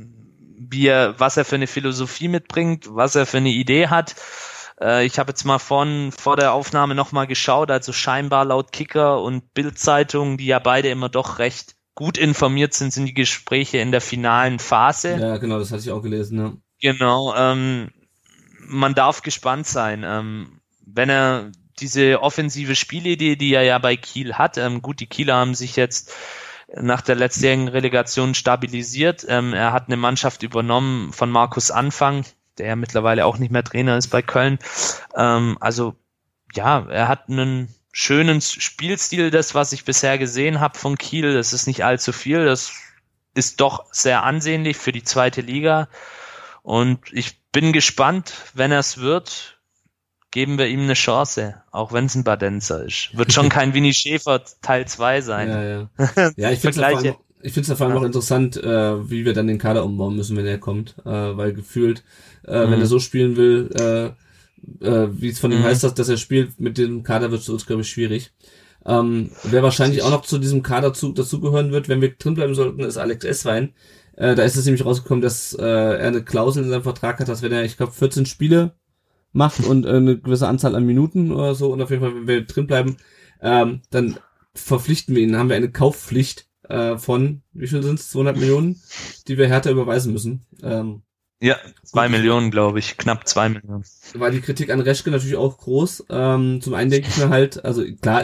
wie er, was er für eine Philosophie mitbringt, was er für eine Idee hat. Ich habe jetzt mal von, vor der Aufnahme nochmal geschaut, also scheinbar laut Kicker und Bild-Zeitung, die ja beide immer doch recht gut informiert sind, sind die Gespräche in der finalen Phase. Ja, genau, das hatte ich auch gelesen, ja. Genau, ähm, man darf gespannt sein. Ähm, wenn er diese offensive Spielidee, die er ja bei Kiel hat, ähm, gut, die Kieler haben sich jetzt nach der letztjährigen Relegation stabilisiert. Ähm, er hat eine Mannschaft übernommen von Markus Anfang, der ja mittlerweile auch nicht mehr Trainer ist bei Köln. Ähm, also ja, er hat einen schönen Spielstil, das, was ich bisher gesehen habe von Kiel. Das ist nicht allzu viel, das ist doch sehr ansehnlich für die zweite Liga. Und ich bin gespannt, wenn er es wird, geben wir ihm eine Chance, auch wenn es ein Badenser ist. Wird schon kein Winnie Schäfer Teil zwei sein. Ja, ja. Ja, ich finde es Ich finde es vor allem auch interessant, äh, wie wir dann den Kader umbauen müssen, wenn er kommt, äh, weil gefühlt, äh, mhm. wenn er so spielen will, äh, äh, wie es von ihm mhm. heißt, dass, dass er spielt, mit dem Kader wird es uns, glaube ich, schwierig. Ähm, wer wahrscheinlich auch noch zu diesem Kader zu, dazugehören wird, wenn wir drin bleiben sollten, ist Alex Esswein. Äh, da ist es nämlich rausgekommen, dass äh, er eine Klausel in seinem Vertrag hat, dass wenn er, ich glaube, vierzehn Spiele macht und äh, eine gewisse Anzahl an Minuten oder so, und auf jeden Fall, wenn wir drin bleiben, ähm, dann verpflichten wir ihn, dann haben wir eine Kaufpflicht von, wie viel sind es, zweihundert Millionen, die wir Hertha überweisen müssen. Ähm, ja, zwei Millionen, glaube ich, knapp zwei Millionen. War die Kritik an Reschke natürlich auch groß. Ähm, zum einen denke ich mir halt, also klar, es ist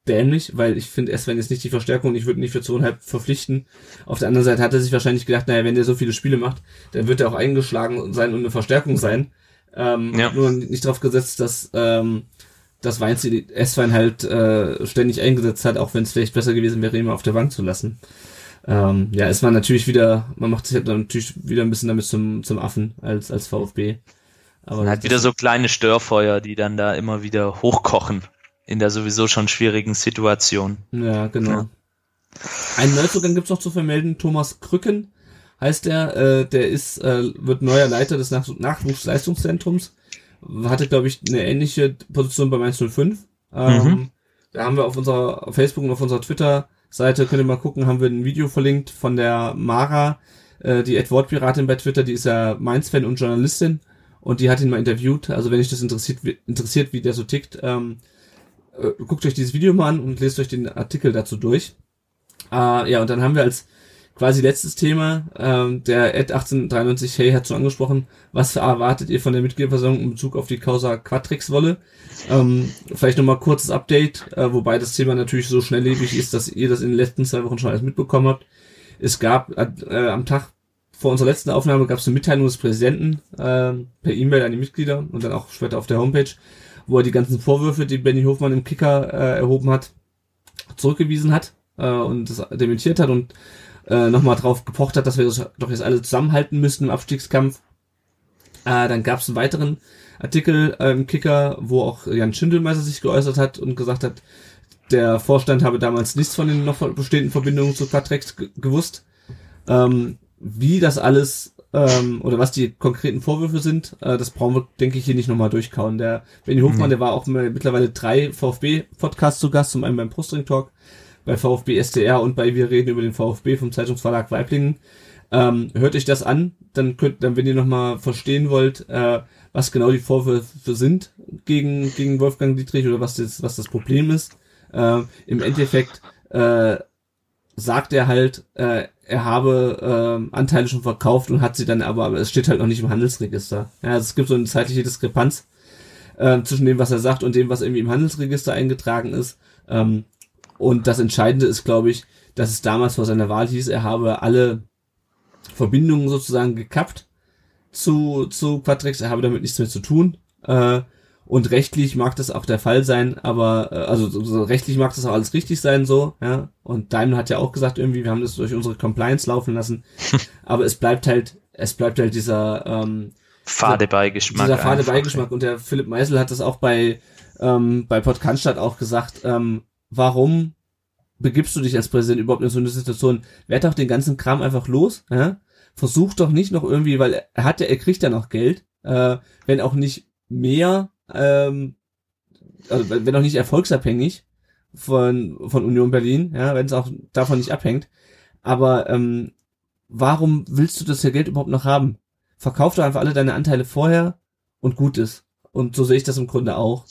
dämlich, weil ich finde, Sven ist nicht die Verstärkung und ich würde ihn nicht für zweieinhalb verpflichten. Auf der anderen Seite hat er sich wahrscheinlich gedacht, naja, wenn der so viele Spiele macht, dann wird er auch eingeschlagen sein und eine Verstärkung sein. Ähm, ja. Nur nicht darauf gesetzt, dass ähm, dass Weinziel Sven halt äh, ständig eingesetzt hat, auch wenn es vielleicht besser gewesen wäre, ihn mal auf der Bank zu lassen. Ähm, ja, es war natürlich wieder, man macht sich halt natürlich wieder ein bisschen damit zum zum Affen als als VfB. Aber man hat wieder so kleine Störfeuer, die dann da immer wieder hochkochen in der sowieso schon schwierigen Situation. Ja, genau. Ja. Einen Neuzugang gibt's noch zu vermelden. Thomas Krücken heißt der. Äh, der ist äh, wird neuer Leiter des Nach- Nachwuchsleistungszentrums. Hatte, glaube ich, eine ähnliche Position bei Mainz null fünf. Ähm, mhm. Da haben wir auf unserer Facebook und auf unserer Twitter-Seite, könnt ihr mal gucken, haben wir ein Video verlinkt von der Mara, äh, die Ad-Wort-Piratin bei Twitter, die ist ja Mainz-Fan und Journalistin. Und die hat ihn mal interviewt. Also wenn euch das interessiert, interessiert, wie der so tickt, ähm, äh, guckt euch dieses Video mal an und lest euch den Artikel dazu durch. Äh, ja, und dann haben wir als quasi letztes Thema, ähm, der Ad achtzehnhundertdreiundneunzig, hey, hat so angesprochen, was erwartet ihr von der Mitgliederversammlung in Bezug auf die Causa Quatrex-Wolle? Ähm, vielleicht nochmal kurzes Update, äh, wobei das Thema natürlich so schnelllebig ist, dass ihr das in den letzten zwei Wochen schon alles mitbekommen habt. Es gab äh, am Tag vor unserer letzten Aufnahme gab es eine Mitteilung des Präsidenten äh, per E-Mail an die Mitglieder und dann auch später auf der Homepage, wo er die ganzen Vorwürfe, die Benny Hofmann im Kicker äh, erhoben hat, zurückgewiesen hat äh, und das dementiert hat und äh, nochmal drauf gepocht hat, dass wir das doch jetzt alle zusammenhalten müssten im Abstiegskampf. Äh, dann gab es einen weiteren Artikel äh, im Kicker, wo auch Jan Schindelmeister sich geäußert hat und gesagt hat, der Vorstand habe damals nichts von den noch bestehenden Verbindungen zu Quatrex g- gewusst. Ähm, Wie das alles ähm, oder was die konkreten Vorwürfe sind, äh, das brauchen wir, denke ich, hier nicht nochmal durchkauen. Der Benny Hofmann, mhm. der war auch mittlerweile drei VfB-Podcasts zu Gast, zum einen beim Brustring Talk, bei VfB S D R und bei Wir reden über den VfB vom Zeitungsverlag Waiblingen. Ähm, hört euch das an, dann könnt, dann wenn ihr nochmal verstehen wollt, äh, was genau die Vorwürfe sind gegen gegen Wolfgang Dietrich oder was das was das Problem ist. Äh, im Endeffekt äh, sagt er halt, äh, er habe äh, Anteile schon verkauft und hat sie dann aber, aber es steht halt noch nicht im Handelsregister. Ja, also es gibt so eine zeitliche Diskrepanz äh, zwischen dem, was er sagt und dem, was irgendwie im Handelsregister eingetragen ist. Ähm, und das Entscheidende ist, glaube ich, dass es damals vor seiner Wahl hieß, er habe alle Verbindungen sozusagen gekappt zu zu Quatrex, er habe damit nichts mehr zu tun. Äh, Und rechtlich mag das auch der Fall sein, aber äh, also so, so rechtlich mag das auch alles richtig sein so, ja. Und Daimler hat ja auch gesagt irgendwie, wir haben das durch unsere Compliance laufen lassen, aber es bleibt halt, es bleibt halt dieser ähm, fade Beigeschmack. Dieser fade Beigeschmack. Und der Philipp Meisel hat das auch bei ähm, bei Podcast auch gesagt. Ähm, warum begibst du dich als Präsident überhaupt in so eine Situation? Werd doch den ganzen Kram einfach los, ja. Versuch doch nicht noch irgendwie, weil er hat ja, er kriegt ja noch Geld, äh, wenn auch nicht mehr. Ähm, also wenn auch nicht erfolgsabhängig von von Union Berlin, ja, wenn es auch davon nicht abhängt. Aber ähm, warum willst du das ja Geld überhaupt noch haben? Verkauf doch einfach alle deine Anteile vorher und gut ist. Und so sehe ich das im Grunde auch.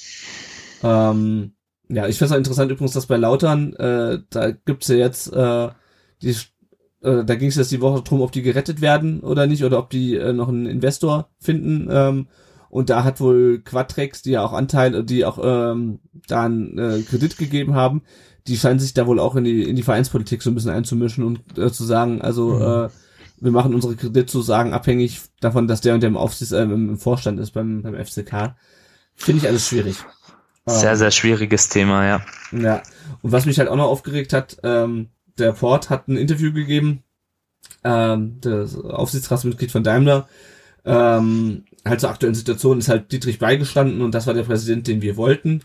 Ähm, ja, ich finde es auch interessant übrigens, dass bei Lautern, äh, da gibt's ja jetzt, äh, die, äh, da ging es jetzt die Woche drum, ob die gerettet werden oder nicht, oder ob die äh, noch einen Investor finden. Ähm, Und da hat wohl Quatrex, die ja auch Anteile, die auch ähm, da einen äh, Kredit gegeben haben, die scheinen sich da wohl auch in die in die Vereinspolitik so ein bisschen einzumischen und äh, zu sagen, also mhm. äh, wir machen unsere Kreditzusagen abhängig davon, dass der und der im Aufsichts äh, im Vorstand ist beim beim F C K. Finde ich alles schwierig. Sehr, sehr schwieriges Thema, ja. Ja. Und was mich halt auch noch aufgeregt hat, ähm, der Port hat ein Interview gegeben, ähm, das Aufsichtsratsmitglied von Daimler, ähm, halt zur aktuellen Situation ist halt Dietrich beigestanden und das war der Präsident, den wir wollten.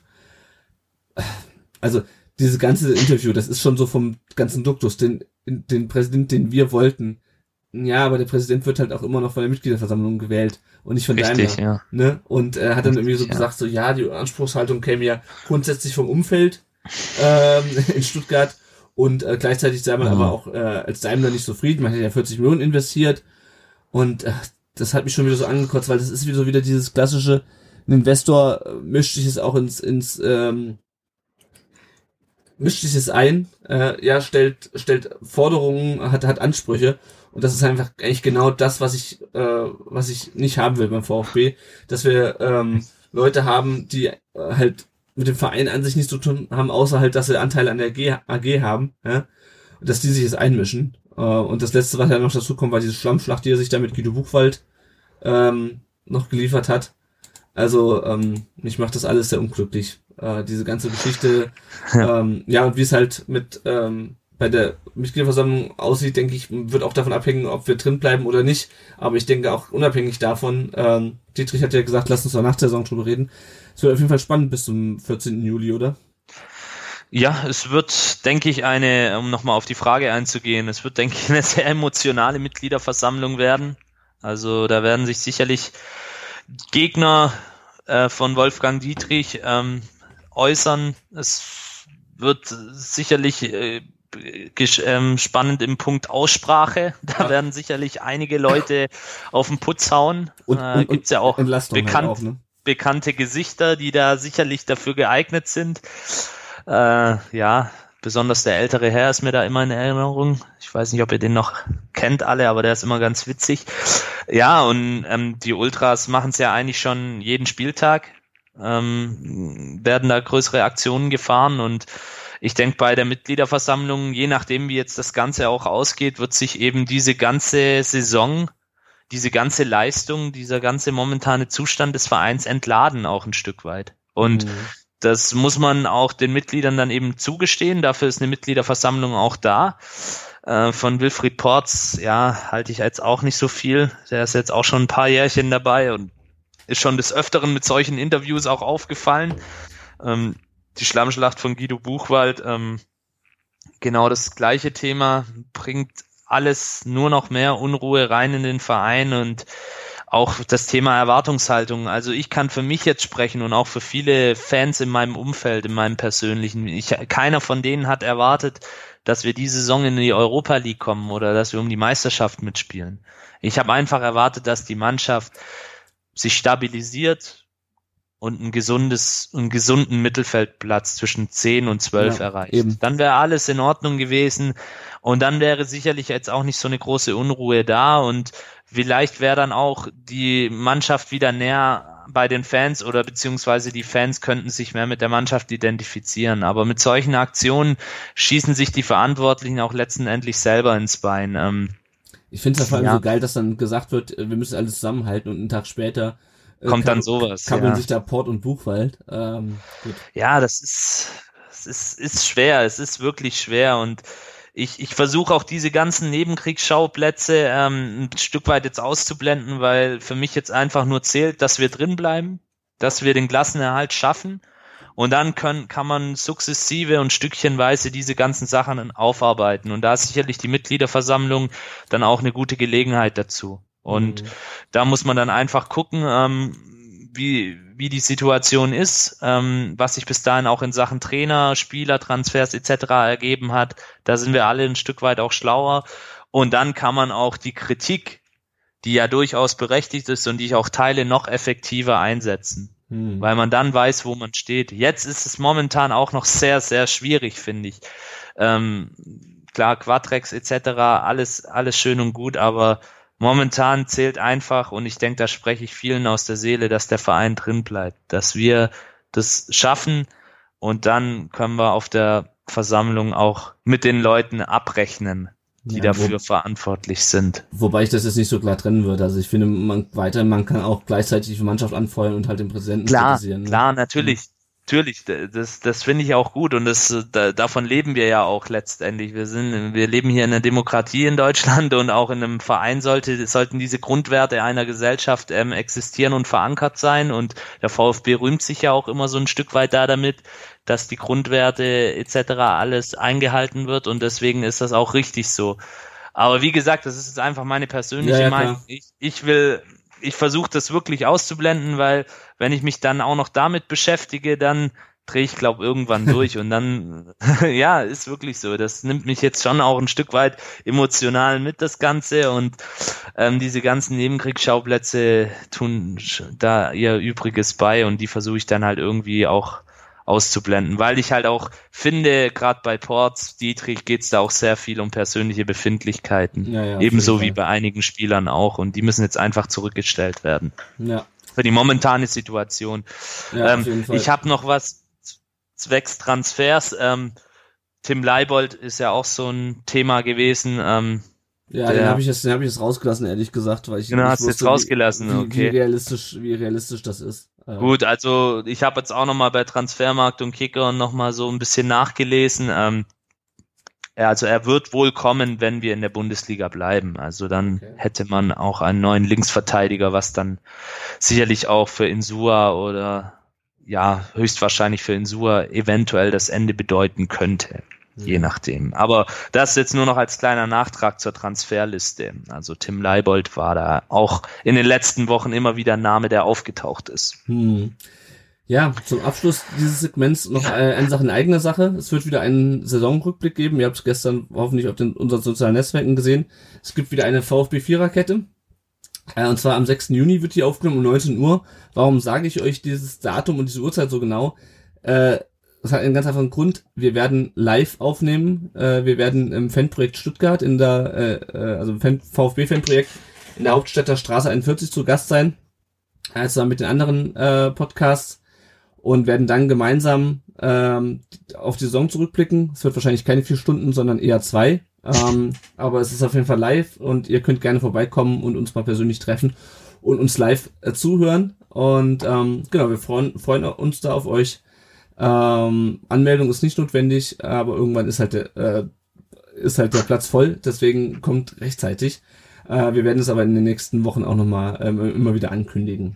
Also dieses ganze Interview, das ist schon so vom ganzen Duktus, den, den Präsident, den wir wollten. Ja, aber der Präsident wird halt auch immer noch von der Mitgliederversammlung gewählt und nicht von Richtig, Daimler. Ja. Ne? Und er hat dann irgendwie so ja. gesagt, so ja, die Anspruchshaltung käme ja grundsätzlich vom Umfeld ähm, in Stuttgart und äh, gleichzeitig sei man mhm. aber auch äh, als Daimler nicht zufrieden. Man hat ja vierzig Millionen investiert und äh, das hat mich schon wieder so angekotzt, weil das ist wieder so wieder dieses klassische, ein Investor äh, mischt sich es auch ins, ins ähm, mischt sich es ein, äh, ja, stellt, stellt Forderungen, hat, hat Ansprüche und das ist einfach eigentlich genau das, was ich, äh, was ich nicht haben will beim VfB, dass wir ähm, Leute haben, die äh, halt mit dem Verein an sich nichts zu tun haben, außer halt, dass sie Anteile an der G- A G haben, ja, und dass die sich jetzt einmischen. Äh, und das Letzte, was ja noch dazu kommt, war diese Schlammschlacht, die er sich da mit Guido Buchwald ähm, noch geliefert hat. Also, ähm, mich macht das alles sehr unglücklich. Äh, diese ganze Geschichte, ja. Ähm, ja, und wie es halt mit ähm, bei der Mitgliederversammlung aussieht, denke ich, wird auch davon abhängen, ob wir drin bleiben oder nicht. Aber ich denke auch unabhängig davon, ähm, Dietrich hat ja gesagt, lass uns doch nach der Saison drüber reden. Es wird auf jeden Fall spannend bis zum vierzehnten Juli, oder? Ja, es wird, denke ich, eine, um nochmal auf die Frage einzugehen, es wird, denke ich, eine sehr emotionale Mitgliederversammlung werden. Also da werden sich sicherlich Gegner äh, von Wolfgang Dietrich ähm, äußern. Es wird sicherlich äh, gesch- ähm, spannend im Punkt Aussprache. Da ja. werden sicherlich einige Leute auf den Putz hauen. Und, äh, und, gibt's ja auch, bekannt, halt auch ne? bekannte Gesichter, die da sicherlich dafür geeignet sind. Äh, ja, besonders der ältere Herr ist mir da immer in Erinnerung. Ich weiß nicht, ob ihr den noch kennt alle, aber der ist immer ganz witzig. Ja, und ähm, die Ultras machen es ja eigentlich schon jeden Spieltag, ähm, werden da größere Aktionen gefahren und ich denke, bei der Mitgliederversammlung, je nachdem wie jetzt das Ganze auch ausgeht, wird sich eben diese ganze Saison, diese ganze Leistung, dieser ganze momentane Zustand des Vereins entladen auch ein Stück weit. Und mhm. das muss man auch den Mitgliedern dann eben zugestehen. Dafür ist eine Mitgliederversammlung auch da. Äh, von Wilfried Porz, ja, halte ich jetzt auch nicht so viel. Der ist jetzt auch schon ein paar Jährchen dabei und ist schon des Öfteren mit solchen Interviews auch aufgefallen. Ähm, die Schlammschlacht von Guido Buchwald, ähm, genau das gleiche Thema, bringt alles nur noch mehr Unruhe rein in den Verein und auch das Thema Erwartungshaltung. Also ich kann für mich jetzt sprechen und auch für viele Fans in meinem Umfeld, in meinem persönlichen. Ich, keiner von denen hat erwartet, dass wir diese Saison in die Europa League kommen oder dass wir um die Meisterschaft mitspielen. Ich habe einfach erwartet, dass die Mannschaft sich stabilisiert und ein gesundes, einen gesunden Mittelfeldplatz zwischen zehn und zwölf ja, erreicht. Eben. Dann wäre alles in Ordnung gewesen und dann wäre sicherlich jetzt auch nicht so eine große Unruhe da und vielleicht wäre dann auch die Mannschaft wieder näher bei den Fans oder beziehungsweise die Fans könnten sich mehr mit der Mannschaft identifizieren. Aber mit solchen Aktionen schießen sich die Verantwortlichen auch letztendlich selber ins Bein. Ähm, ich finde es ja vor allem ja. so geil, dass dann gesagt wird, wir müssen alles zusammenhalten und einen Tag später kommt kann, dann sowas. Kabbeln ja. sich da Port und Buchwald. Ähm, gut. Ja, das ist, das ist, ist schwer. Es ist wirklich schwer und ich, ich versuche auch diese ganzen Nebenkriegsschauplätze ähm, ein Stück weit jetzt auszublenden, weil für mich jetzt einfach nur zählt, dass wir drin bleiben, dass wir den Klassenerhalt schaffen und dann können, kann man sukzessive und stückchenweise diese ganzen Sachen aufarbeiten und da ist sicherlich die Mitgliederversammlung dann auch eine gute Gelegenheit dazu. Und mhm. da muss man dann einfach gucken, ähm, wie wie die Situation ist, ähm, was sich bis dahin auch in Sachen Trainer, Spieler, Transfers et cetera ergeben hat. Da sind wir alle ein Stück weit auch schlauer. Und dann kann man auch die Kritik, die ja durchaus berechtigt ist und die ich auch teile, noch effektiver einsetzen. Mhm. Weil man dann weiß, wo man steht. Jetzt ist es momentan auch noch sehr, sehr schwierig, finde ich. Ähm, klar, Quadrex et cetera, alles alles schön und gut, aber momentan zählt einfach, und ich denke, da spreche ich vielen aus der Seele, dass der Verein drin bleibt, dass wir das schaffen und dann können wir auf der Versammlung auch mit den Leuten abrechnen, die ja, dafür wo, verantwortlich sind. Wobei ich das jetzt nicht so klar trennen würde. Also ich finde, man weiter, man kann auch gleichzeitig die Mannschaft anfeuern und halt den Präsidenten klar, kritisieren. Ne? Klar, natürlich. Mhm. Natürlich, das, das finde ich auch gut und das, da, davon leben wir ja auch letztendlich. Wir sind, wir leben hier in einer Demokratie in Deutschland und auch in einem Verein sollte, sollten diese Grundwerte einer Gesellschaft ähm, existieren und verankert sein und der VfB rühmt sich ja auch immer so ein Stück weit da damit, dass die Grundwerte et cetera alles eingehalten wird und deswegen ist das auch richtig so. Aber wie gesagt, das ist jetzt einfach meine persönliche ja, ja, Meinung. Ich, ich will Ich versuche das wirklich auszublenden, weil wenn ich mich dann auch noch damit beschäftige, dann drehe ich, glaube irgendwann durch und dann, ja, ist wirklich so. Das nimmt mich jetzt schon auch ein Stück weit emotional mit, das Ganze und ähm, diese ganzen Nebenkriegsschauplätze tun da ihr Übriges bei und die versuche ich dann halt irgendwie auch auszublenden, weil ich halt auch finde, gerade bei Porz, Dietrich geht's da auch sehr viel um persönliche Befindlichkeiten, ja, ja, ebenso wie bei einigen Spielern auch und die müssen jetzt einfach zurückgestellt werden. Ja. Für die momentane Situation. Ja, ähm, ich habe noch was zwecks Transfers. Ähm, Tim Leibold ist ja auch so ein Thema gewesen. Ähm, ja, der, den habe ich jetzt, den habe ich jetzt rausgelassen, ehrlich gesagt, weil ich genau, nicht hast du wusste, jetzt rausgelassen, wie, wie, okay. wie realistisch, wie realistisch das ist. Äh, Gut, also ich habe jetzt auch nochmal bei Transfermarkt und Kicker nochmal so ein bisschen nachgelesen. Ähm, also er wird wohl kommen, wenn wir in der Bundesliga bleiben. Also dann okay. hätte man auch einen neuen Linksverteidiger, was dann sicherlich auch für Insua oder ja, höchstwahrscheinlich für Insua eventuell das Ende bedeuten könnte. Je nachdem. Aber das jetzt nur noch als kleiner Nachtrag zur Transferliste. Also Tim Leibold war da auch in den letzten Wochen immer wieder ein Name, der aufgetaucht ist. Hm. Ja, zum Abschluss dieses Segments noch eine Sache in eigener Sache. Es wird wieder einen Saisonrückblick geben. Ihr habt es gestern hoffentlich auf den, unseren sozialen Netzwerken gesehen. Es gibt wieder eine VfB-Viererkette. Und zwar am sechsten Juni wird die aufgenommen um neunzehn Uhr. Warum sage ich euch dieses Datum und diese Uhrzeit so genau? Äh, Das hat einen ganz einfachen Grund. Wir werden live aufnehmen. Äh, wir werden im Fanprojekt Stuttgart in der, äh, also im Fan- VfB-Fanprojekt in der Hauptstädter Straße einundvierzig zu Gast sein. Äh, zusammen mit den anderen äh, Podcasts und werden dann gemeinsam ähm, auf die Saison zurückblicken. Es wird wahrscheinlich keine vier Stunden, sondern eher zwei. Ähm, aber es ist auf jeden Fall live und ihr könnt gerne vorbeikommen und uns mal persönlich treffen und uns live äh, zuhören. Und ähm, genau, wir freuen, freuen uns da auf euch. Ähm, Anmeldung ist nicht notwendig, aber irgendwann ist halt der, äh, ist halt der Platz voll, deswegen kommt rechtzeitig. Äh, wir werden es aber in den nächsten Wochen auch nochmal ähm, immer wieder ankündigen.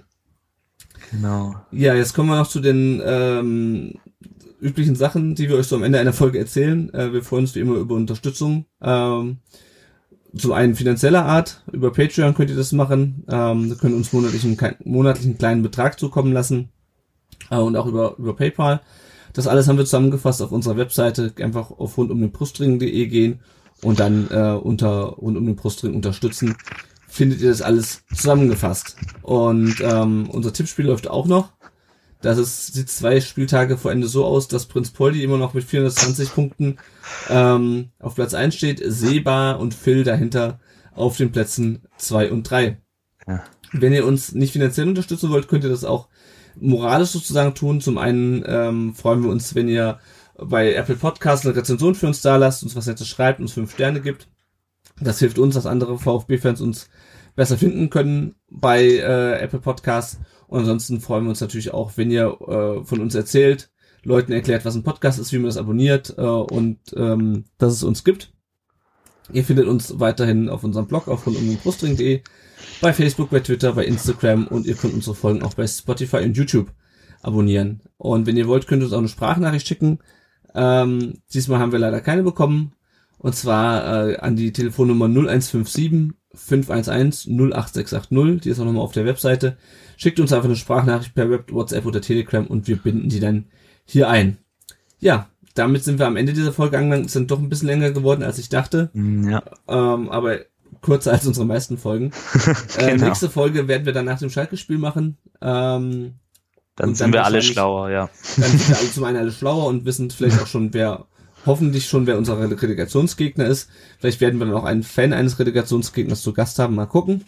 Genau. Ja, jetzt kommen wir noch zu den ähm, üblichen Sachen, die wir euch so am Ende einer Folge erzählen. Äh, wir freuen uns wie immer über Unterstützung. Ähm, zum einen finanzieller Art, über Patreon könnt ihr das machen. Ähm, wir können uns monatlich einen, monatlichen kleinen Betrag zukommen lassen. Und auch über über PayPal. Das alles haben wir zusammengefasst auf unserer Webseite. Einfach auf rundumdenbrustring punkt de gehen und dann äh, unter rund um den Brustring unterstützen. Findet ihr das alles zusammengefasst. Und ähm, unser Tippspiel läuft auch noch. Das ist, sieht zwei Spieltage vor Ende so aus, dass Prinz Poldi immer noch mit vierhundertzwanzig Punkten ähm, auf Platz eins steht. Seba und Phil dahinter auf den Plätzen zwei und drei. Ja. Wenn ihr uns nicht finanziell unterstützen wollt, könnt ihr das auch moralisch sozusagen tun. Zum einen ähm, freuen wir uns, wenn ihr bei Apple Podcasts eine Rezension für uns da lasst, uns was Nettes schreibt, uns fünf Sterne gibt. Das hilft uns, dass andere VfB-Fans uns besser finden können bei äh, Apple Podcasts. Und ansonsten freuen wir uns natürlich auch, wenn ihr äh, von uns erzählt, Leuten erklärt, was ein Podcast ist, wie man das abonniert äh, und ähm, dass es uns gibt. Ihr findet uns weiterhin auf unserem Blog auf rundumdenbrustring punkt de, bei Facebook, bei Twitter, bei Instagram und ihr könnt unsere Folgen auch bei Spotify und YouTube abonnieren. Und wenn ihr wollt, könnt ihr uns auch eine Sprachnachricht schicken. Ähm, diesmal haben wir leider keine bekommen. Und zwar äh, an die Telefonnummer null eins fünf sieben fünf eins eins null acht sechs acht null. Die ist auch nochmal auf der Webseite. Schickt uns einfach eine Sprachnachricht per Web, WhatsApp oder Telegram und wir binden die dann hier ein. Ja, damit sind wir am Ende dieser Folge angelangt. Es sind doch ein bisschen länger geworden, als ich dachte. Ja. Ähm, aber kürzer als unsere meisten Folgen. Genau. äh, nächste Folge werden wir dann nach dem Schalke-Spiel machen. Ähm, dann sind dann wir alle schlauer, ja. Dann sind wir alle zum einen alle schlauer und wissen vielleicht auch schon, wer, hoffentlich schon, wer unser Relegationsgegner ist. Vielleicht werden wir dann auch einen Fan eines Relegationsgegners zu Gast haben. Mal gucken.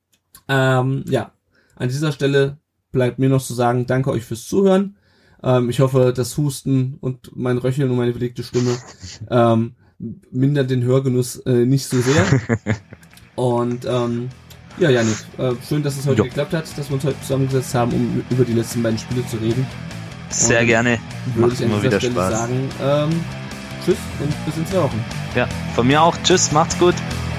Ähm, ja, an dieser Stelle bleibt mir noch zu sagen, danke euch fürs Zuhören. Ähm, ich hoffe, das Husten und mein Röcheln und meine belegte Stimme ähm, mindert den Hörgenuss äh, nicht so sehr. Und ähm, ja, Janik, äh, schön, dass es heute jo. geklappt hat, dass wir uns heute zusammengesetzt haben, um über die letzten beiden Spiele zu reden. Sehr und gerne. Würde ich an dieser Stelle Spaß. sagen, ähm, tschüss und bis in zwei Wochen. Ja, von mir auch. Tschüss, macht's gut.